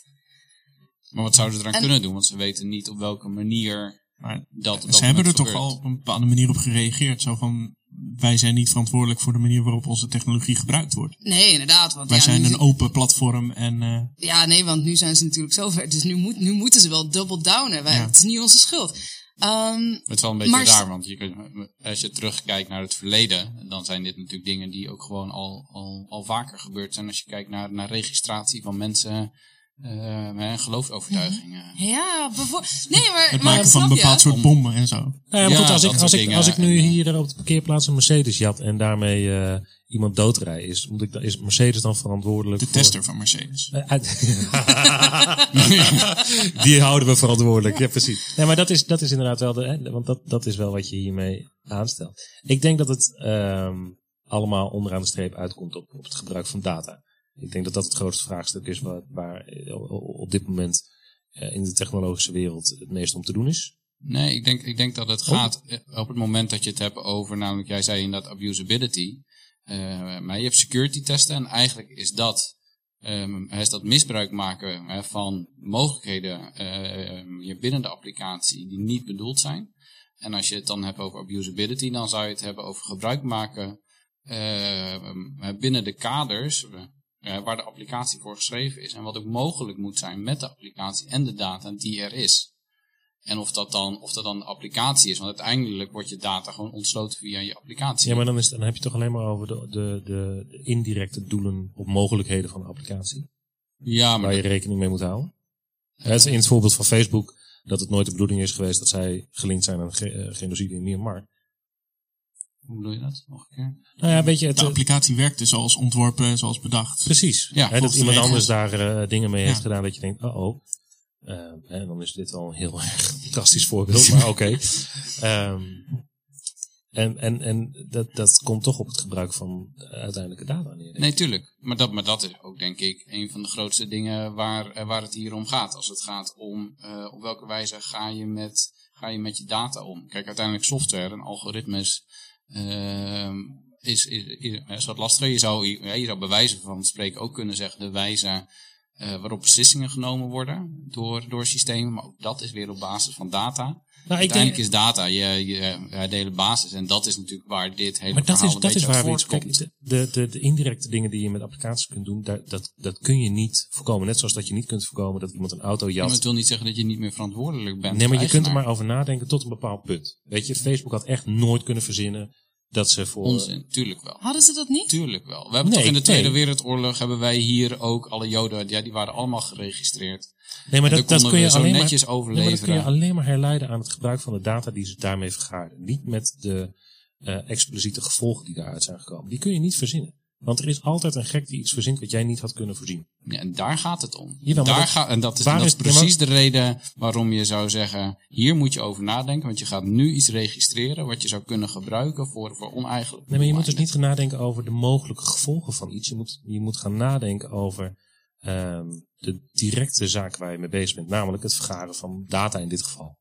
Maar wat zouden ze eraan En- kunnen doen? Want ze weten niet op welke manier Maar dat, dat ze hebben er moment toch gebeurt. al op een bepaalde manier op gereageerd. Zo van, wij zijn niet verantwoordelijk voor de manier waarop onze technologie gebruikt wordt. Nee, inderdaad. Want Wij ja, zijn nu- een open platform en uh, Ja, nee, want nu zijn ze natuurlijk zover. Dus nu, moet, nu moeten ze wel double downen. Wij, Ja. Het is niet onze schuld. Um, Het is wel een beetje Maar- raar, want je kunt, als je terugkijkt naar het verleden, dan zijn dit natuurlijk dingen die ook gewoon al, al, al vaker gebeurd zijn. Als je kijkt naar, naar registratie van mensen uh, met geloofsovertuigingen. ja, bijvoorbeeld... Nee, maar... het maar maken van een snap je? bepaald soort bommen en zo. Nou ja, maar Ja, goed, als dat ik, soort als ik, dingen. als ik nu En, uh, hier op de parkeerplaats een Mercedes jat en daarmee uh, iemand doodrij, is, moet ik, dan- is Mercedes dan verantwoordelijk De voor... tester van Mercedes. Uh, uit- Die houden we verantwoordelijk, ja precies. Nee, maar dat is, dat is inderdaad wel, de, hè, want dat, dat is wel wat je hiermee aanstelt. Ik denk dat het um, allemaal onderaan de streep uitkomt op, op het gebruik van data. Ik denk dat dat het grootste vraagstuk is waar, waar op dit moment uh, in de technologische wereld het meest om te doen is. Nee, ik denk, ik denk dat het Oh. gaat eh, op het moment dat je het hebt over, namelijk jij zei inderdaad abusability, uh, maar je hebt security testen en eigenlijk is dat, um, is dat misbruik maken uh, van mogelijkheden uh, hier binnen de applicatie die niet bedoeld zijn. En als je het dan hebt over abusability, dan zou je het hebben over gebruik maken uh, binnen de kaders uh, waar de applicatie voor geschreven is en wat ook mogelijk moet zijn met de applicatie en de data die er is. En of dat dan, of dat dan de applicatie is. Want uiteindelijk wordt je data gewoon ontsloten via je applicatie. Ja, maar dan, is, dan heb je toch alleen maar over de, de, de, de indirecte doelen of mogelijkheden van de applicatie. Ja, maar Waar je dat- rekening mee moet houden. Het is in het voorbeeld van Facebook dat het nooit de bedoeling is geweest dat zij gelinkt zijn aan ge- uh, genocide in Myanmar. Hoe bedoel je dat? Nog een keer? Nou ja, weet je, het, De applicatie werkte zoals ontworpen, zoals bedacht. precies. Ja, Hè, dat volgens de iemand regels. anders daar uh, dingen mee heeft Ja. gedaan dat je denkt, oh oh. Uh, en dan is dit wel een heel erg drastisch voorbeeld, maar oké. Okay. Um, en en, en dat, dat komt toch op het gebruik van uh, uiteindelijke data neer. Nee, tuurlijk. Maar dat, maar dat is ook, denk ik, een van de grootste dingen waar, waar het hier om gaat. Als het gaat om uh, op welke wijze ga je, met, ga je met je data om. Kijk, uiteindelijk software en algoritmes uh, is, is, is, is wat lastiger. Je zou, je zou bij wijze van spreken ook kunnen zeggen de wijze uh, waarop beslissingen genomen worden door, door systemen. Maar ook dat is weer op basis van data. Nou, ik Uiteindelijk denk, is data je, je, je hele basis. En dat is natuurlijk waar dit hele maar dat verhaal is, een dat is beetje uit waar we iets, voortkomt. kijk, de, de, de indirecte dingen die je met applicaties kunt doen, daar, dat, dat kun je niet voorkomen. Net zoals dat je niet kunt voorkomen dat iemand een auto Ja, jat. maar het wil niet zeggen dat je niet meer verantwoordelijk bent. Nee, maar je kunt er eigenaar. maar over nadenken tot een bepaald punt. Weet je, Facebook had echt nooit kunnen verzinnen dat ze voor... Onzin, tuurlijk wel. Hadden ze dat niet? Tuurlijk wel. We hebben Nee, toch in de Tweede nee. Wereldoorlog hebben wij hier ook alle Joden, ja, die waren allemaal geregistreerd. Nee, maar En dat, daar dat konden kun je we zo alleen maar, netjes nee, maar dat overleveren. kun je alleen maar herleiden aan het gebruik van de data die ze daarmee vergaarden. Niet met de uh, expliciete gevolgen die daaruit zijn gekomen. Die kun je niet verzinnen. Want er is altijd een gek die iets verzint wat jij niet had kunnen voorzien. Ja, en daar gaat het om. Jawel, maar daar dat- gaat, en dat is, waar dat is is- precies ja, de reden waarom je zou zeggen, hier moet je over nadenken, want je gaat nu iets registreren wat je zou kunnen gebruiken voor, voor oneigenlijke Nee, maar je moet dus doeleinden. niet gaan nadenken over de mogelijke gevolgen van iets. Je moet, je moet gaan nadenken over um, de directe zaak waar je mee bezig bent. Namelijk het vergaren van data in dit geval.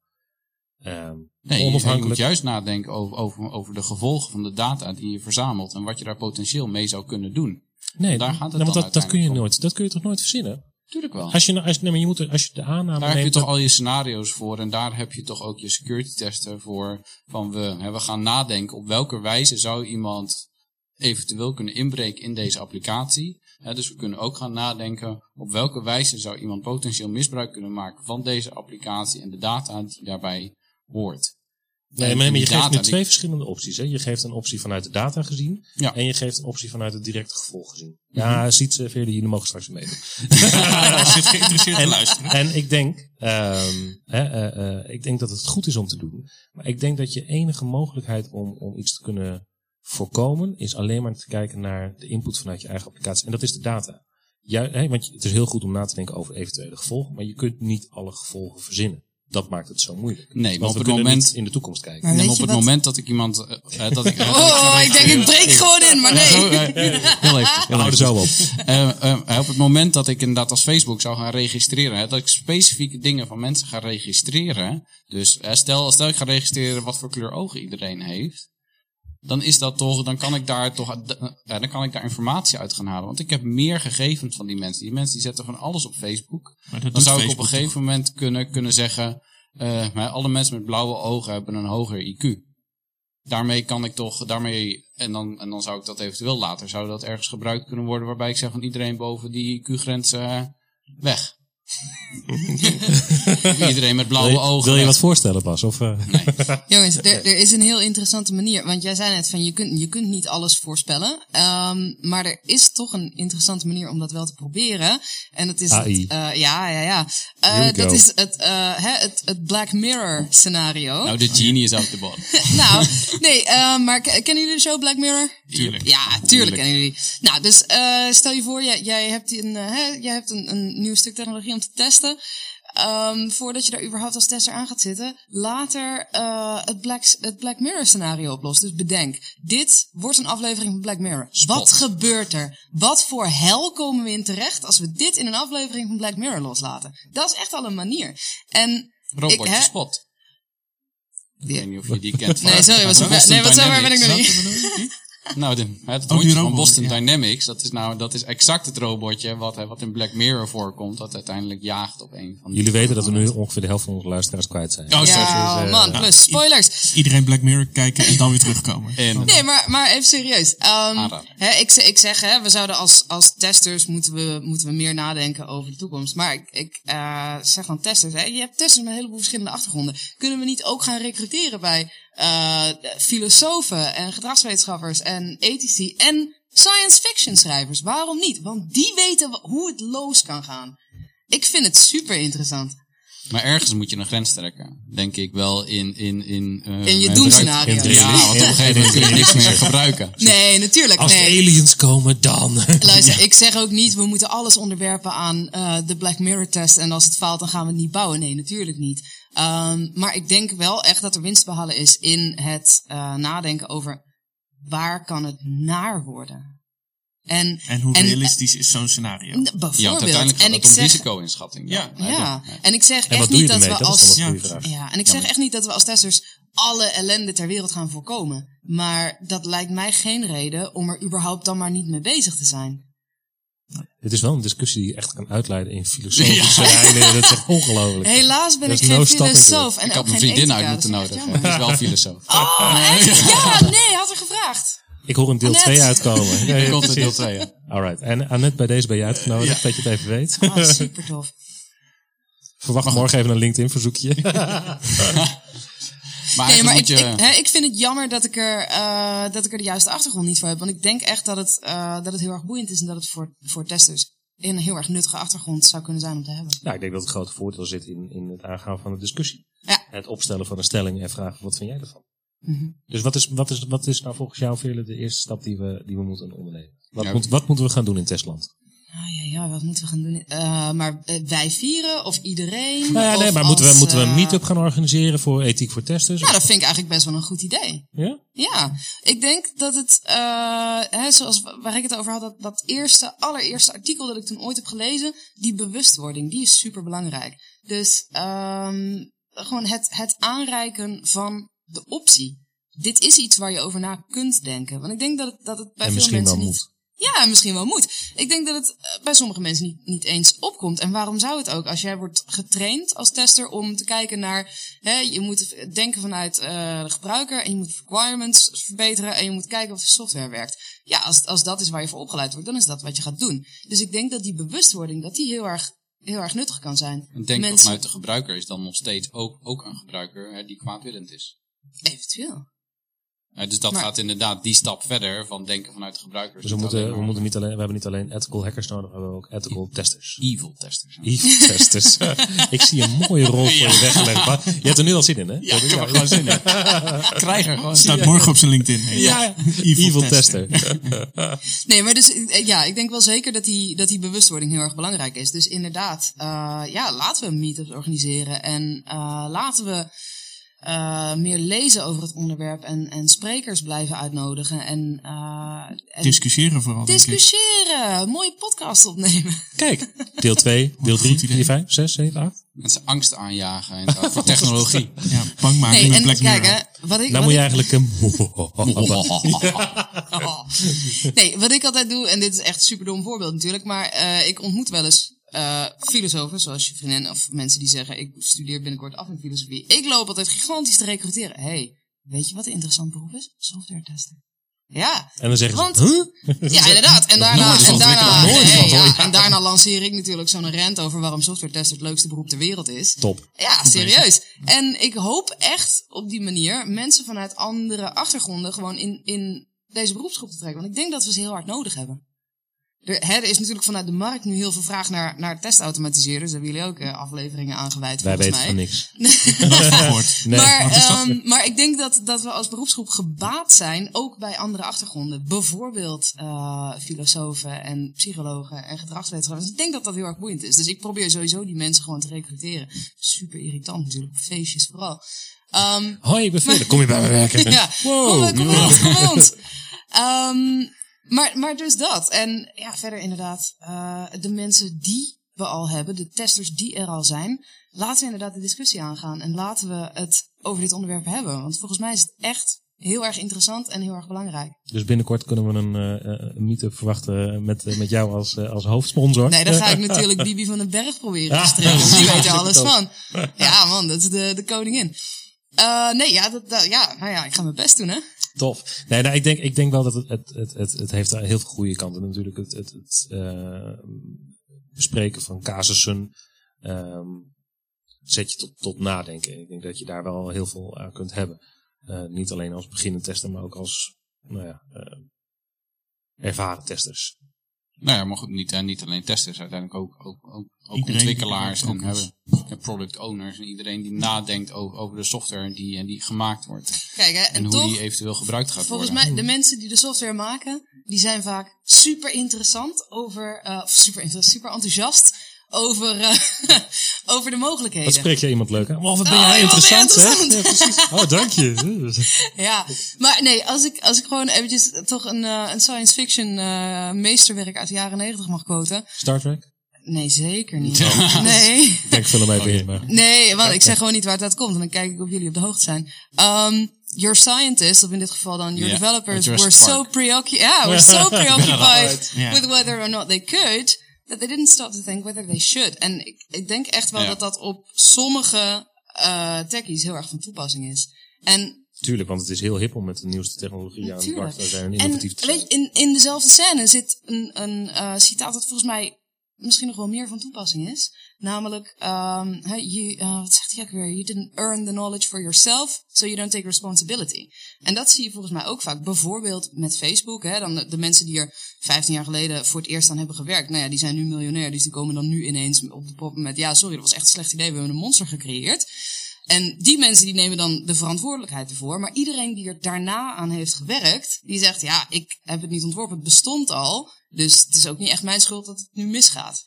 Um, Nee, je, je onafhankelijk. moet juist nadenken over, over, over de gevolgen van de data die je verzamelt en wat je daar potentieel mee zou kunnen doen. Nee, daar gaat het nee, want dan dat, dat kun je uiteindelijk om. nooit. Dat kun je toch nooit verzinnen? Tuurlijk wel. Als je, nou- als, nee, maar je moet, er- als je de aanname Daar heb je neemt toch dat- al je scenario's voor en daar heb je toch ook je security testen voor. Van we, hè, we gaan nadenken op welke wijze zou iemand eventueel kunnen inbreken in deze applicatie. Hè, dus we kunnen ook gaan nadenken op welke wijze zou iemand potentieel misbruik kunnen maken van deze applicatie en de data die daarbij hoort. Nee, En- maar, en maar je die geeft nu data die- twee verschillende opties. Hè? Je geeft een optie vanuit de data gezien. Ja. En je geeft een optie vanuit het directe gevolg gezien. Ja, ziet ze verder, jullie mogen straks weer meedoen. Als je geïnteresseerd te luisteren. En ik denk, um, hè, uh, uh, ik denk dat het goed is om te doen. Maar ik denk dat je enige mogelijkheid om, om iets te kunnen voorkomen, is alleen maar te kijken naar de input vanuit je eigen applicatie. En dat is de data. Ju- hè, want het is heel goed om na te denken over eventuele gevolgen, maar je kunt niet alle gevolgen verzinnen. Dat maakt het zo moeilijk. Nee, maar Want op we het kunnen moment, niet in de toekomst kijken. Maar nee, weet maar op je het wat- moment dat ik iemand, uh, uh, dat ik, uh, dat Oh, ik denk ik breek gewoon in, maar nee. Heel even, heel Hou er even. zo op. Uh, uh, op het moment dat ik inderdaad als Facebook zou gaan registreren, hè, dat ik specifieke dingen van mensen ga registreren. Dus uh, stel, stel ik ga registreren wat voor kleur ogen iedereen heeft. Dan is dat toch, dan kan ik daar toch, uh, dan kan ik daar informatie uit gaan halen. Want ik heb meer gegevens van die mensen. Die mensen die zetten van alles op Facebook. Maar dat Dan doet zou ik op Facebook een gegeven moment kunnen, kunnen zeggen, uh, maar alle mensen met blauwe ogen hebben een hoger I Q. Daarmee kan ik toch, daarmee, en dan, en dan zou ik dat eventueel later, zou dat ergens gebruikt kunnen worden waarbij ik zeg van iedereen boven die I Q-grens uh, weg. Iedereen met blauwe Wil je, ogen. wil je weg. wat voorstellen, Bas? Of, uh... Jongens, er, er is een heel interessante manier. Want jij zei net van je kunt, je kunt niet alles voorspellen. Um, maar er is toch een interessante manier om dat wel te proberen. En dat is A I. het, uh, ja, ja, ja. Uh, Here we dat go. is het, uh, hè, het, het Black Mirror scenario. Nou, de genius out the bottom. Nou, nee, uh, maar k- kennen jullie de show Black Mirror? Tuurlijk. Ja, tuurlijk, Tuurlijk. kennen jullie. Nou, dus uh, stel je voor, jij, jij hebt, een, uh, hè, jij hebt een, een nieuw stuk technologie om te testen. Um, voordat je daar überhaupt als tester aan gaat zitten, later uh, het, Black, het Black Mirror scenario oplost. Dus bedenk, dit wordt een aflevering van Black Mirror. Spot. Wat gebeurt er? Wat voor hel komen we in terecht als we dit in een aflevering van Black Mirror loslaten? Dat is echt al een manier. En Robotje ik, hè, Spot. Ik Ja. weet niet of je die kent. Nee, van- sorry, wat van zo, Boston nee, wat zover ben ik nog Dynamics. niet. Nou, de, het die hondje van robot, Boston ja. Dynamics, dat is nou, dat is exact het robotje wat, wat in Black Mirror voorkomt, dat uiteindelijk jaagt op een van die... Jullie weten dat we nu ongeveer de helft van onze luisteraars kwijt zijn. Oh, sorry. Ja, Dus, uh, man, plus spoilers. Iedereen Black Mirror kijken en dan weer terugkomen. En, Nee, maar, maar even serieus. Um, Aanrader. hè, ik, z- ik zeg, hè, we zouden als, als testers moeten we, moeten we meer nadenken over de toekomst. Maar ik, ik uh, zeg dan testers, hè. Je hebt testers met een heleboel verschillende achtergronden. Kunnen we niet ook gaan recruteren bij uh, filosofen en gedragswetenschappers en ethici en science fiction schrijvers? Waarom niet? Want die weten wa- hoe het los kan gaan. Ik vind het super interessant. Maar ergens moet je een grens trekken. Denk ik wel in... In, in, uh, In je mijn doemscenario. gebruik- Ja, want op een gegeven moment kun je niks meer gebruiken. Nee, natuurlijk. Als nee. de aliens komen, dan. Luister, ik zeg ook niet, we moeten alles onderwerpen aan uh, de Black Mirror test. En als het faalt, dan gaan we het niet bouwen. Nee, natuurlijk niet. Um, maar ik denk wel echt dat er winst te behalen is in het uh, nadenken over waar kan het naar worden. En, En hoe en, realistisch is zo'n scenario? n- bijvoorbeeld. Ja, want uiteindelijk gaat en het ik om zeg, risico-inschatting. Ja. dan. ja, Ja. en ik zeg En echt wat doe je niet dat ermee? we Dat is als... dan een goede Ja. vraag. Ja, en ik zeg echt niet dat we als testers alle ellende ter wereld gaan voorkomen. Maar dat lijkt mij geen reden om er überhaupt dan maar niet mee bezig te zijn. Dit is wel een discussie die je echt kan uitleiden in filosofische lijnen. Dat is echt ongelooflijk. Helaas ben There's ik no geen stopping to filosoof. En Ik ook had mijn geen vriendin ethica, uit moeten dat is echt nodigen. jammer. Hij is wel filosoof. Oh, echt? Ja, nee, had er gevraagd. Ik hoor een deel Annette. twee uitkomen. Ja, Er ja, komt een deel precies. twee. Ja. Alright. En Annette, bij deze ben je uitgenodigd, dat je het even weet. Oh, super tof. Verwacht morgen even een LinkedIn verzoekje. Maar Nee, eigenlijk maar moet ik, je... ik, hè, ik vind het jammer dat ik, er, uh, dat ik er de juiste achtergrond niet voor heb. Want ik denk echt dat het, uh, dat het heel erg boeiend is en dat het voor, voor testers een heel erg nuttige achtergrond zou kunnen zijn om te hebben. Nou, ik denk dat het grote voordeel zit in, in het aangaan van de discussie. Ja. Het opstellen van een stelling en vragen, wat vind jij ervan? Mm-hmm. Dus wat is, wat is, wat is nou volgens jou, Veerle, de eerste stap die we, die we moeten ondernemen? Wat, Ja. moet, wat moeten we gaan doen in testland? Ah, ja, ja, wat moeten we gaan doen? Uh, maar uh, wij vieren of iedereen? Nou ja, of nee, maar als, moeten we, moeten we een uh, meet-up gaan organiseren voor ethiek voor testers? Nou, dat vind ik eigenlijk best wel een goed idee. Ja? Ja, ik denk dat het, uh, hè, zoals waar ik het over had, dat, dat eerste, allereerste artikel dat ik toen ooit heb gelezen, die bewustwording, die is super belangrijk. Dus um, gewoon het, het aanreiken van de optie. Dit is iets waar je over na kunt denken. Want ik denk dat het, dat het bij En veel misschien mensen wel niet... moet. Ja, misschien wel moet. Ik denk dat het uh, bij sommige mensen niet, niet eens opkomt. En waarom zou het ook? Als jij wordt getraind als tester om te kijken naar... Hè, je moet denken vanuit uh, de gebruiker en je moet requirements verbeteren en je moet kijken of de software werkt. Ja, als, als dat is waar je voor opgeleid wordt, dan is dat wat je gaat doen. Dus ik denk dat die bewustwording, dat die heel erg, heel erg nuttig kan zijn. Ik denk dat Mensen- vanuit de gebruiker is dan nog steeds ook, ook een gebruiker hè, die kwaadwillend is. Eventueel. Uh, dus dat Maar- gaat inderdaad die stap verder van denken vanuit de gebruiker. Dus we, moeten, we, moeten niet alleen, we hebben niet alleen ethical hackers nodig, we hebben ook ethical testers. Evil testers. hè. Evil testers. Ik zie een mooie rol voor je weggelegd. Maar je hebt er nu al zin in, hè? Ja, ik heb er gewoon zin in. Krijg er gewoon Staat morgen op zijn LinkedIn. Ja. Evil, Evil tester. tester. Nee, maar dus eh, ja, ik denk wel zeker dat die, dat die bewustwording heel erg belangrijk is. Dus inderdaad, uh, ja, laten we meetups organiseren en uh, laten we uh, meer lezen over het onderwerp en, en sprekers blijven uitnodigen en, uh, en Discussiëren vooral, denk ik. discussiëren, mooie podcast opnemen. Kijk, deel twee, deel drie, goed idee. vier, vijf, zes, zeven, acht. Mensen angst aanjagen en voor technologie. Ja, bang maken Nee, met en Black kijk, Mirror. hè, wat ik, Nou wat moet je ik- eigenlijk een... Oh. Nee, wat ik altijd doe, en dit is echt een superdom voorbeeld natuurlijk, maar uh, ik ontmoet wel eens uh, filosofen, zoals je vriendin of mensen die zeggen, ik studeer binnenkort af in filosofie. Ik loop altijd gigantisch te recruteren. Hey, weet je wat een interessant beroep is? Software tester. Ja. En dan zeggen ze, Want- huh? Ja, inderdaad. En daarna, nooit en van daarna, ontwikkeld. Nooit nee, van, ja, hoor. en daarna lanceer ik natuurlijk zo'n rant over waarom software tester het leukste beroep ter wereld is. Top. Ja, serieus. En ik hoop echt op die manier mensen vanuit andere achtergronden gewoon in, in deze beroepsgroep te trekken. Want ik denk dat we ze heel hard nodig hebben. Er, hè, er is natuurlijk vanuit de markt nu heel veel vraag naar, naar testautomatiseren. Daar hebben jullie ook uh, afleveringen aangewijd, Wij volgens weten mij. van niks. Gehoord. Nee. maar, wat is dat? um, maar ik denk dat, dat we als beroepsgroep gebaat zijn, ook bij andere achtergronden. Bijvoorbeeld uh, filosofen en psychologen en gedragswetenschappers. Ik denk dat dat heel erg boeiend is. Dus ik probeer sowieso die mensen gewoon te recruteren. Super irritant natuurlijk, op feestjes vooral. Um, Hoi, ik ben Veerle. Kom je bij me werken? ja, kom, bij- kom bij ons, kom bij ons. Um, maar, maar dus dat. En ja, verder inderdaad, uh, de mensen die we al hebben, de testers die er al zijn, laten we inderdaad de discussie aangaan en laten we het over dit onderwerp hebben. Want volgens mij is het echt heel erg interessant en heel erg belangrijk. Dus binnenkort kunnen we een, uh, een meet-up verwachten met, uh, met jou als, uh, als hoofdsponsor. Nee, dan ga ik natuurlijk Bibi van den Berg proberen te strikken. Die weet er alles van. Ja man, dat is de, de koningin. Uh, nee, ja, dat, dat, ja, nou ja, ik ga mijn best doen, hè. Tof. Nee, nou, ik, denk, ik denk wel dat het, het, het, het, het heeft heel veel goede kanten. Natuurlijk het, het, het uh, bespreken van casussen um, zet je tot, tot nadenken. Ik denk dat je daar wel heel veel aan kunt hebben. Uh, niet alleen als beginnend tester, maar ook als nou ja, uh, ervaren testers. Nou ja, maar goed, niet, niet alleen testers, uiteindelijk ook, ook, ook, ook Iedereen ontwikkelaars die en, betrokken en product owners en iedereen die nadenkt over, over de software die, die gemaakt wordt. Kijk, hè, en, En hoe toch, die eventueel gebruikt gaat volgens worden. mij, de mensen die de software maken, die zijn vaak super interessant over, uh, of super, interessant, super enthousiast over, uh, over de mogelijkheden. Wat spreek je iemand leuk aan? Oh, wat ben Oh, jij wat ben jij interessant, hè? interessant. Ja, precies. Oh, dank je. Ja, maar nee, als ik, als ik gewoon eventjes toch een, uh, een science fiction uh, meesterwerk uit de jaren negentig mag quoten. Star Trek? Nee, zeker niet. Nee. Ik denk film even in, maar... Nee, want ik zeg gewoon niet waar het uit komt. En dan kijk ik of jullie op de hoogte zijn. Um, your scientists, of in dit geval dan your Yeah, developers, Jurassic were so, Park. preoccupied, yeah, were so preoccupied Ja. with whether or not they could, that they didn't stop to think whether they should. En ik, ik denk echt wel Ja. dat dat op sommige uh, techies heel erg van toepassing is. En Tuurlijk, want het is heel hip om met de nieuwste technologie aan de Tuurlijk. slag te zijn en En innovatief te zijn. weet je, in, in dezelfde scène zit een, een uh, citaat dat volgens mij misschien nog wel meer van toepassing is. Namelijk, um, hey, you, uh, wat zegt hij ook weer? You didn't earn the knowledge for yourself, so you don't take responsibility. En dat zie je volgens mij ook vaak. Bijvoorbeeld met Facebook. Hè, dan de, de mensen die er vijftien jaar geleden voor het eerst aan hebben gewerkt. Nou ja, die zijn nu miljonair. Dus die komen dan nu ineens op de poppen met, ja, sorry, dat was echt een slecht idee. We hebben een monster gecreëerd. En die mensen die nemen dan de verantwoordelijkheid ervoor. Maar iedereen die er daarna aan heeft gewerkt, die zegt, ja, ik heb het niet ontworpen. Het bestond al. Dus het is ook niet echt mijn schuld dat het nu misgaat.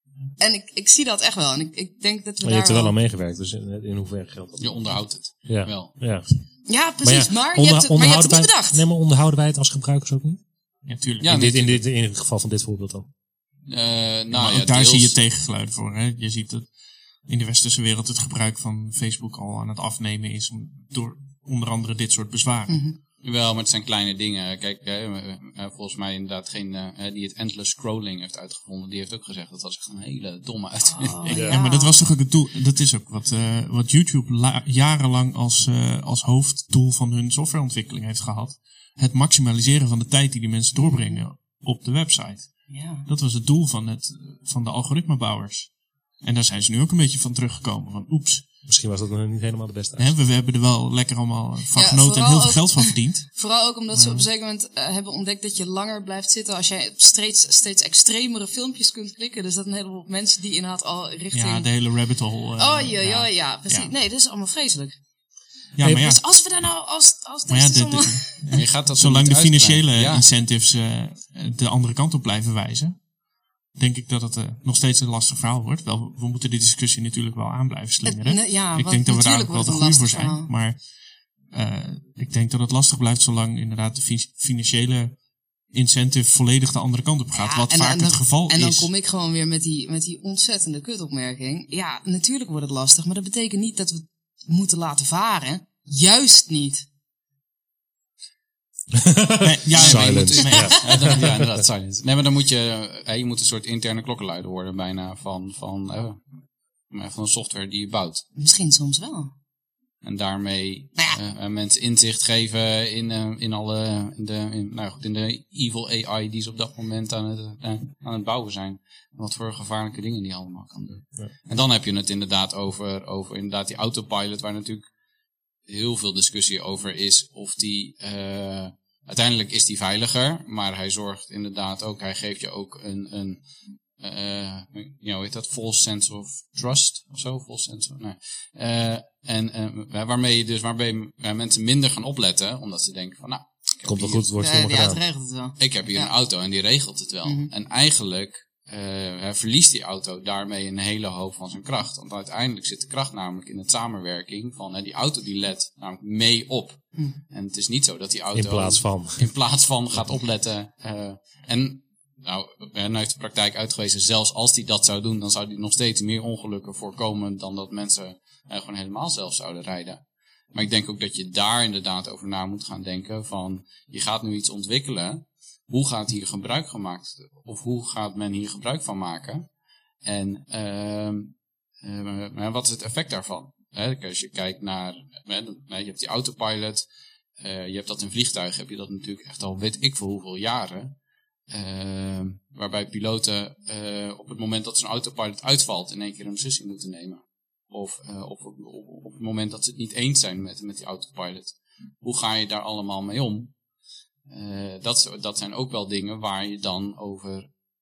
En ik, ik zie dat echt wel. En ik, ik denk dat we Maar je daar hebt er wel wel... aan meegewerkt, dus in, in hoeverre geldt dat? Je onderhoudt het. Ja. Wel. Ja. Ja, precies. ja, Maar, je onder- hebt het, maar je hebt het niet onderhouden wij- bedacht. Nee, maar onderhouden wij het als gebruikers ook niet? Ja, tuurlijk. Ja, in, dit, nee, in, dit, in het geval van dit voorbeeld dan. Uh, nou maar ja, ook daar deels- zie je tegengeluiden voor. Hè? Je ziet dat in de westerse wereld het gebruik van Facebook al aan het afnemen is om- door onder andere dit soort bezwaren. Mm-hmm. Wel, maar het zijn kleine dingen. Kijk, hè, uh, volgens mij inderdaad geen uh, die het endless scrolling heeft uitgevonden, die heeft ook gezegd dat was echt een hele domme uitvinding. Oh, Ja. Ja, maar dat was toch ook het doel. Dat is ook wat, uh, wat YouTube la- jarenlang als, uh, als hoofddoel van hun softwareontwikkeling heeft gehad. Het maximaliseren van de tijd die die mensen doorbrengen op de website. Ja. Dat was het doel van, het, van de algoritmebouwers. En daar zijn ze nu ook een beetje van teruggekomen. Van oeps, Misschien was dat nog niet helemaal de beste hè, we, we hebben er wel lekker allemaal van Ja, genoten en vooral heel veel ook- geld van verdiend. Vooral ook omdat ze op een zeker moment uh, hebben ontdekt dat je langer blijft zitten als jij op steeds, steeds extremere filmpjes kunt klikken. Dus dat een heleboel mensen die inderdaad al richting... Ja, de hele rabbit hole. uh, Oh, ja, ja, ja, precies. Ja. Nee, dat is allemaal vreselijk. Ja, maar ja. Dus als we daar nou als, als Maar ja, testers de- de- allemaal... Je gaat dat Zolang niet de financiële uitbreiden. Ja. incentives uh, de andere kant op blijven wijzen, denk ik dat het uh, nog steeds een lastig verhaal wordt. Wel, we moeten die discussie natuurlijk wel aan blijven slingeren. Het- ja, ik want denk dat we daar ook natuurlijk wel de wordt goede het voor een zijn. Maar uh, ik denk dat het lastig blijft zolang inderdaad de fi- financiële incentive volledig de andere kant op gaat. Ja, wat en- vaak en dan- het geval En dan is. kom ik gewoon weer met die, met die ontzettende kutopmerking. Ja, natuurlijk wordt het lastig, maar dat betekent niet dat we het moeten laten varen. Juist niet. Nee, ja, Silence. Nee, je moet- nee, ja. Ja, dan- ja, inderdaad, silence. Nee, maar dan moet je, eh, je moet een soort interne klokkenluider worden bijna van, van, eh, van een software die je bouwt. Misschien soms wel. En daarmee Nou ja. eh, mensen inzicht geven in, eh, in alle, in de, in, nou goed, in de evil A I die ze op dat moment aan het, eh, aan het bouwen zijn. Wat voor gevaarlijke dingen die allemaal kan doen. Ja. En dan heb je het inderdaad over, over inderdaad die autopilot, waar natuurlijk heel veel discussie over is of die, uh, uiteindelijk is die veiliger, maar hij zorgt inderdaad ook, hij geeft je ook een, een uh, ja, hoe heet dat? False sense of trust of zo? False sense of, nee. Uh, en uh, waarmee je dus, waarbij uh, mensen minder gaan opletten, omdat ze denken van, nou, ik heb Komt wel hier- goed, het wordt Ja, voor me die gedaan. uitregelt het wel. ik heb hier Ja. een auto en die regelt het wel. Mhm. En eigenlijk uh, hij verliest die auto daarmee een hele hoop van zijn kracht. Want uiteindelijk zit de kracht namelijk in het samenwerking van uh, die auto die let namelijk mee op. Mhm. En het is niet zo dat die auto In plaats van. in plaats van gaat opletten. Uh, en nou, nou heeft de praktijk uitgewezen, zelfs als die dat zou doen, dan zou die nog steeds meer ongelukken voorkomen dan dat mensen uh, gewoon helemaal zelf zouden rijden. Maar ik denk ook dat je daar inderdaad over na moet gaan denken van, je gaat nu iets ontwikkelen. Hoe gaat hier gebruik gemaakt, of hoe gaat men hier gebruik van maken? En uh, uh, wat is het effect daarvan? He, als je kijkt naar, he, je hebt die autopilot, uh, je hebt dat in vliegtuigen, heb je dat natuurlijk echt al weet ik voor hoeveel jaren. Uh, waarbij piloten uh, op het moment dat zo'n autopilot uitvalt in één keer een beslissing moeten nemen. Of uh, op, op, op, op het moment dat ze het niet eens zijn met, met die autopilot. Hoe ga je daar allemaal mee om? Uh, dat, dat zijn ook wel dingen waar je dan over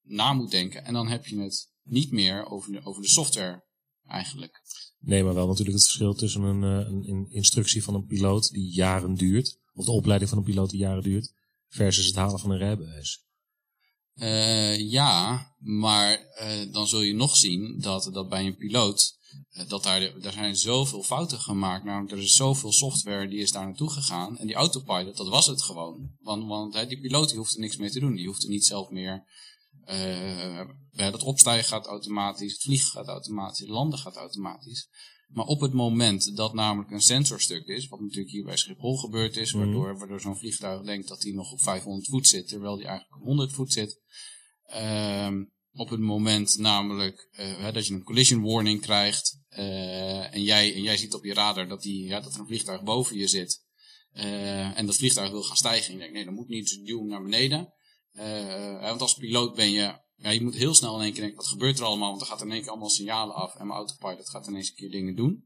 na moet denken. En dan heb je het niet meer over de, over de software eigenlijk. Nee, maar wel natuurlijk het verschil tussen een, een, een instructie van een piloot die jaren duurt, of de opleiding van een piloot die jaren duurt, versus het halen van een rijbewijs. Uh, ja, maar uh, dan zul je nog zien dat, dat bij een piloot, uh, dat daar, daar zijn zoveel fouten gemaakt. Namelijk, er is zoveel software die is daar naartoe gegaan. En die autopilot, dat was het gewoon. Want, want uh, die piloot die hoeft er niks mee te doen. Die hoeft er niet zelf meer... Uh, het opstijgen gaat automatisch, het vliegen gaat automatisch, het landen gaat automatisch. Maar op het moment dat namelijk een sensorstuk is, wat natuurlijk hier bij Schiphol gebeurd is, mm. waardoor, waardoor zo'n vliegtuig denkt dat hij nog op vijfhonderd voet zit, terwijl hij eigenlijk op honderd voet zit. Uh, op het moment namelijk uh, dat je een collision warning krijgt uh, en, jij, en jij ziet op je radar dat, die, ja, dat er een vliegtuig boven je zit uh, en dat vliegtuig wil gaan stijgen en je denkt nee, dat moet niet, dus duw hem naar beneden. Uh, want als piloot ben je, ja, je moet heel snel in één keer denken, wat gebeurt er allemaal? Want er gaat in één keer allemaal signalen af en mijn autopilot gaat ineens een keer dingen doen.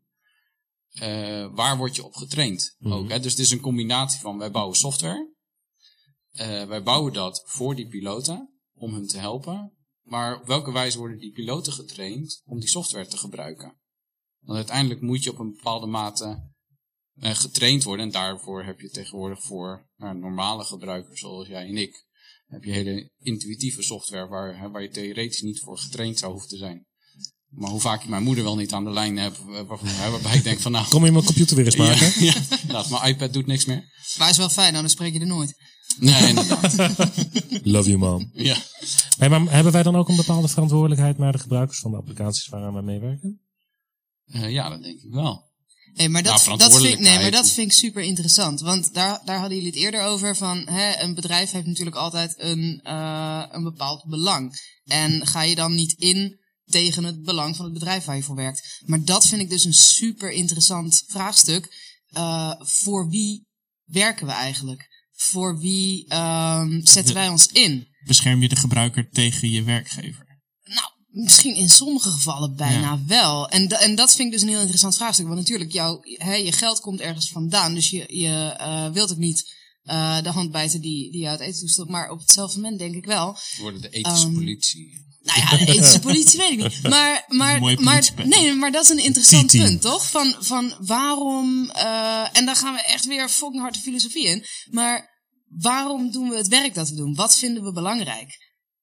Uh, waar word je op getraind? Mm-hmm. Ook, hè? Dus het is een combinatie van, wij bouwen software. Uh, wij bouwen dat voor die piloten, om hun te helpen. Maar op welke wijze worden die piloten getraind om die software te gebruiken? Want uiteindelijk moet je op een bepaalde mate uh, getraind worden. En daarvoor heb je tegenwoordig voor uh, normale gebruikers zoals jij en ik, heb je hele intuïtieve software waar, hè, waar je theoretisch niet voor getraind zou hoeven te zijn. Maar hoe vaak ik mijn moeder wel niet aan de lijn heb, waar, hè, waarbij ik denk van nou... Kom je mijn computer weer eens maken? Ja, ja, nou, mijn iPad doet niks meer. Maar is wel fijn, dan spreek je er nooit. Nee, inderdaad. Love you, mom. Ja. Hey, maar hebben wij dan ook een bepaalde verantwoordelijkheid naar de gebruikers van de applicaties waaraan wij meewerken? Uh, ja, dat denk ik wel. Nee, maar dat, nou, dat, vind, nee, maar dat vind ik super interessant. Want daar, daar hadden jullie het eerder over van, hè, een bedrijf heeft natuurlijk altijd een, uh, een bepaald belang. En ga je dan niet in tegen het belang van het bedrijf waar je voor werkt. Maar dat vind ik dus een super interessant vraagstuk. Uh, voor wie werken we eigenlijk? Voor wie um, zetten wij ons in? Bescherm je de gebruiker tegen je werkgever? Nou, misschien in sommige gevallen bijna ja. wel. En, d- en dat vind ik dus een heel interessant vraagstuk. Want natuurlijk, jouw, hè, je geld komt ergens vandaan. Dus je, je uh, wilt ook niet uh, de hand bijten die, die je uit eten toestopt. Maar op hetzelfde moment denk ik wel... We worden de ethische um, politie. Nou ja, de ethische politie weet ik niet. Maar, maar, maar, nee, maar dat is een interessant T-team. punt, toch? Van, van waarom... Uh, en dan gaan we echt weer fucking hard de filosofie in. Maar waarom doen we het werk dat we doen? Wat vinden we belangrijk?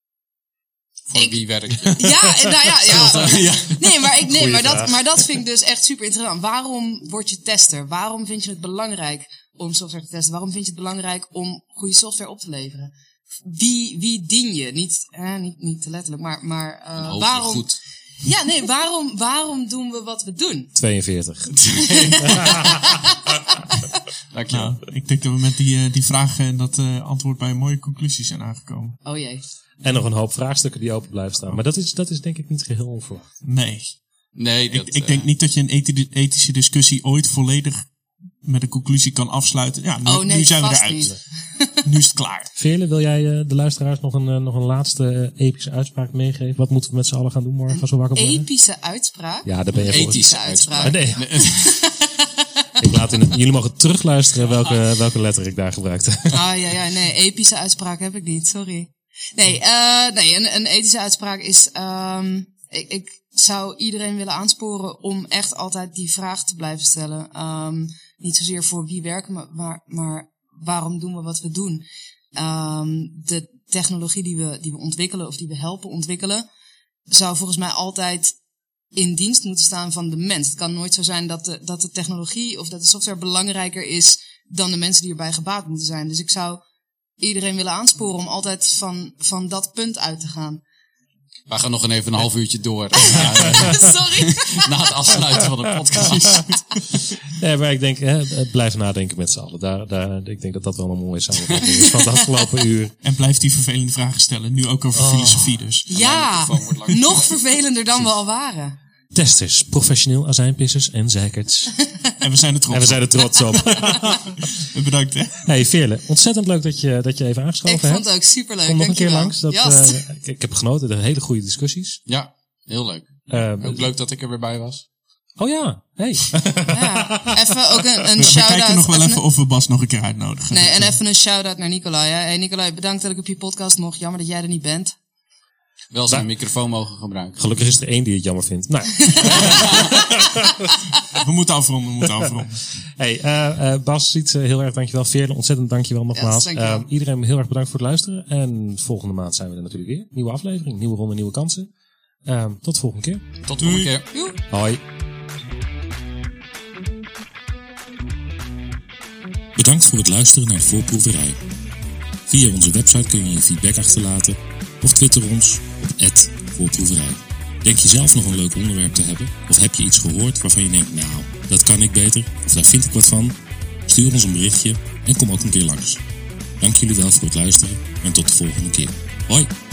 Voor ik, wie werk je? Ja, nou ja, ja. ja. Nee, maar, ik, nee maar, dat, maar dat vind ik dus echt super interessant. Waarom word je tester? Waarom vind je het belangrijk om software te testen? Waarom vind je het belangrijk om goede software op te leveren? Wie, wie dien je? Niet, eh, niet, niet te letterlijk, maar, maar uh, waarom... Goed. Ja, nee, waarom, waarom doen we wat we doen? tweeënveertig. Dank je wel. Nou, ik denk dat we met die, uh, die vragen en dat uh, antwoord bij een mooie conclusie zijn aangekomen. Oh jee. En nog een hoop vraagstukken die open blijven staan. Maar dat is, dat is denk ik niet geheel onverwacht. Nee. Nee, dat, ik, ik denk uh, niet dat je een eth- ethische discussie ooit volledig met een conclusie kan afsluiten. Ja, nu, oh, nee, nu zijn we eruit. Nu is het klaar. Veerle, wil jij uh, de luisteraars nog een, uh, nog een laatste uh, epische uitspraak meegeven? Wat moeten we met z'n allen gaan doen morgen als we wakker worden? Epische uitspraak? Ja, daar ben je voor. Ethische uitspraak. Uh, nee. nee. Ik laat in het, jullie mogen terugluisteren welke, welke letter ik daar gebruikte. Ah ja, ja, nee, epische uitspraak heb ik niet, sorry. Nee, uh, nee een, een ethische uitspraak is... Um, ik, ik zou iedereen willen aansporen om echt altijd die vraag te blijven stellen. Um, niet zozeer voor wie werken, maar, maar, maar waarom doen we wat we doen? Um, de technologie die we, die we ontwikkelen of die we helpen ontwikkelen, zou volgens mij altijd in dienst moeten staan van de mens. Het kan nooit zo zijn dat de, dat de technologie of dat de software belangrijker is dan de mensen die erbij gebaat moeten zijn. Dus ik zou iedereen willen aansporen om altijd van, van dat punt uit te gaan. We gaan nog even een half uurtje door. Sorry. Na het afsluiten van de podcast. Nee, maar ik denk, hè, blijf nadenken met z'n allen. Daar, daar, ik denk dat dat wel een mooie samenvatting is van het afgelopen uur. En blijf die vervelende vragen stellen. Nu ook over oh. filosofie dus. Ja, nog vervelender dan we al waren. Testers, professioneel azijnpissers en zeikerts. En we zijn er trots op. En we zijn er trots op. Bedankt hè. Hey Veerle, ontzettend leuk dat je, dat je even aangeschoven hebt. Ik vond het ook superleuk. Kom nog een keer wel. langs. Dat, uh, ik, ik heb genoten, de hele goede discussies. Ja, heel leuk. Uh, ook leuk dat ik er weer bij was. Oh ja, hey. Ja, even ook een, een we, shout-out. We kijken nog wel even, even een... of we Bas nog een keer uitnodigen. Nee, en even een shout-out naar Nicolai. Hè. Hey Nicolai, bedankt dat ik op je podcast mocht. Jammer dat jij er niet bent. Wel zijn Nou. microfoon mogen gebruiken. Gelukkig is er één die het jammer vindt. Nou, We moeten afronden, we moeten afronden. hey, uh, uh, Bas, Sietse, heel erg dankjewel. Veerle, ontzettend dankjewel nogmaals. Yes, dankjewel. Uh, iedereen heel erg bedankt voor het luisteren. En volgende maand zijn we er natuurlijk weer. Nieuwe aflevering, nieuwe ronde, nieuwe kansen. Uh, tot de volgende keer. Tot de volgende keer. Joe. Hoi. Bedankt voor het luisteren naar Voorproeverij. Via onze website kun je je feedback achterlaten of twitter ons op at voorproeverij. Denk je zelf nog een leuk onderwerp te hebben? Of heb je iets gehoord waarvan je denkt, nou, dat kan ik beter, of daar vind ik wat van? Stuur ons een berichtje en kom ook een keer langs. Dank jullie wel voor het luisteren en tot de volgende keer. Hoi!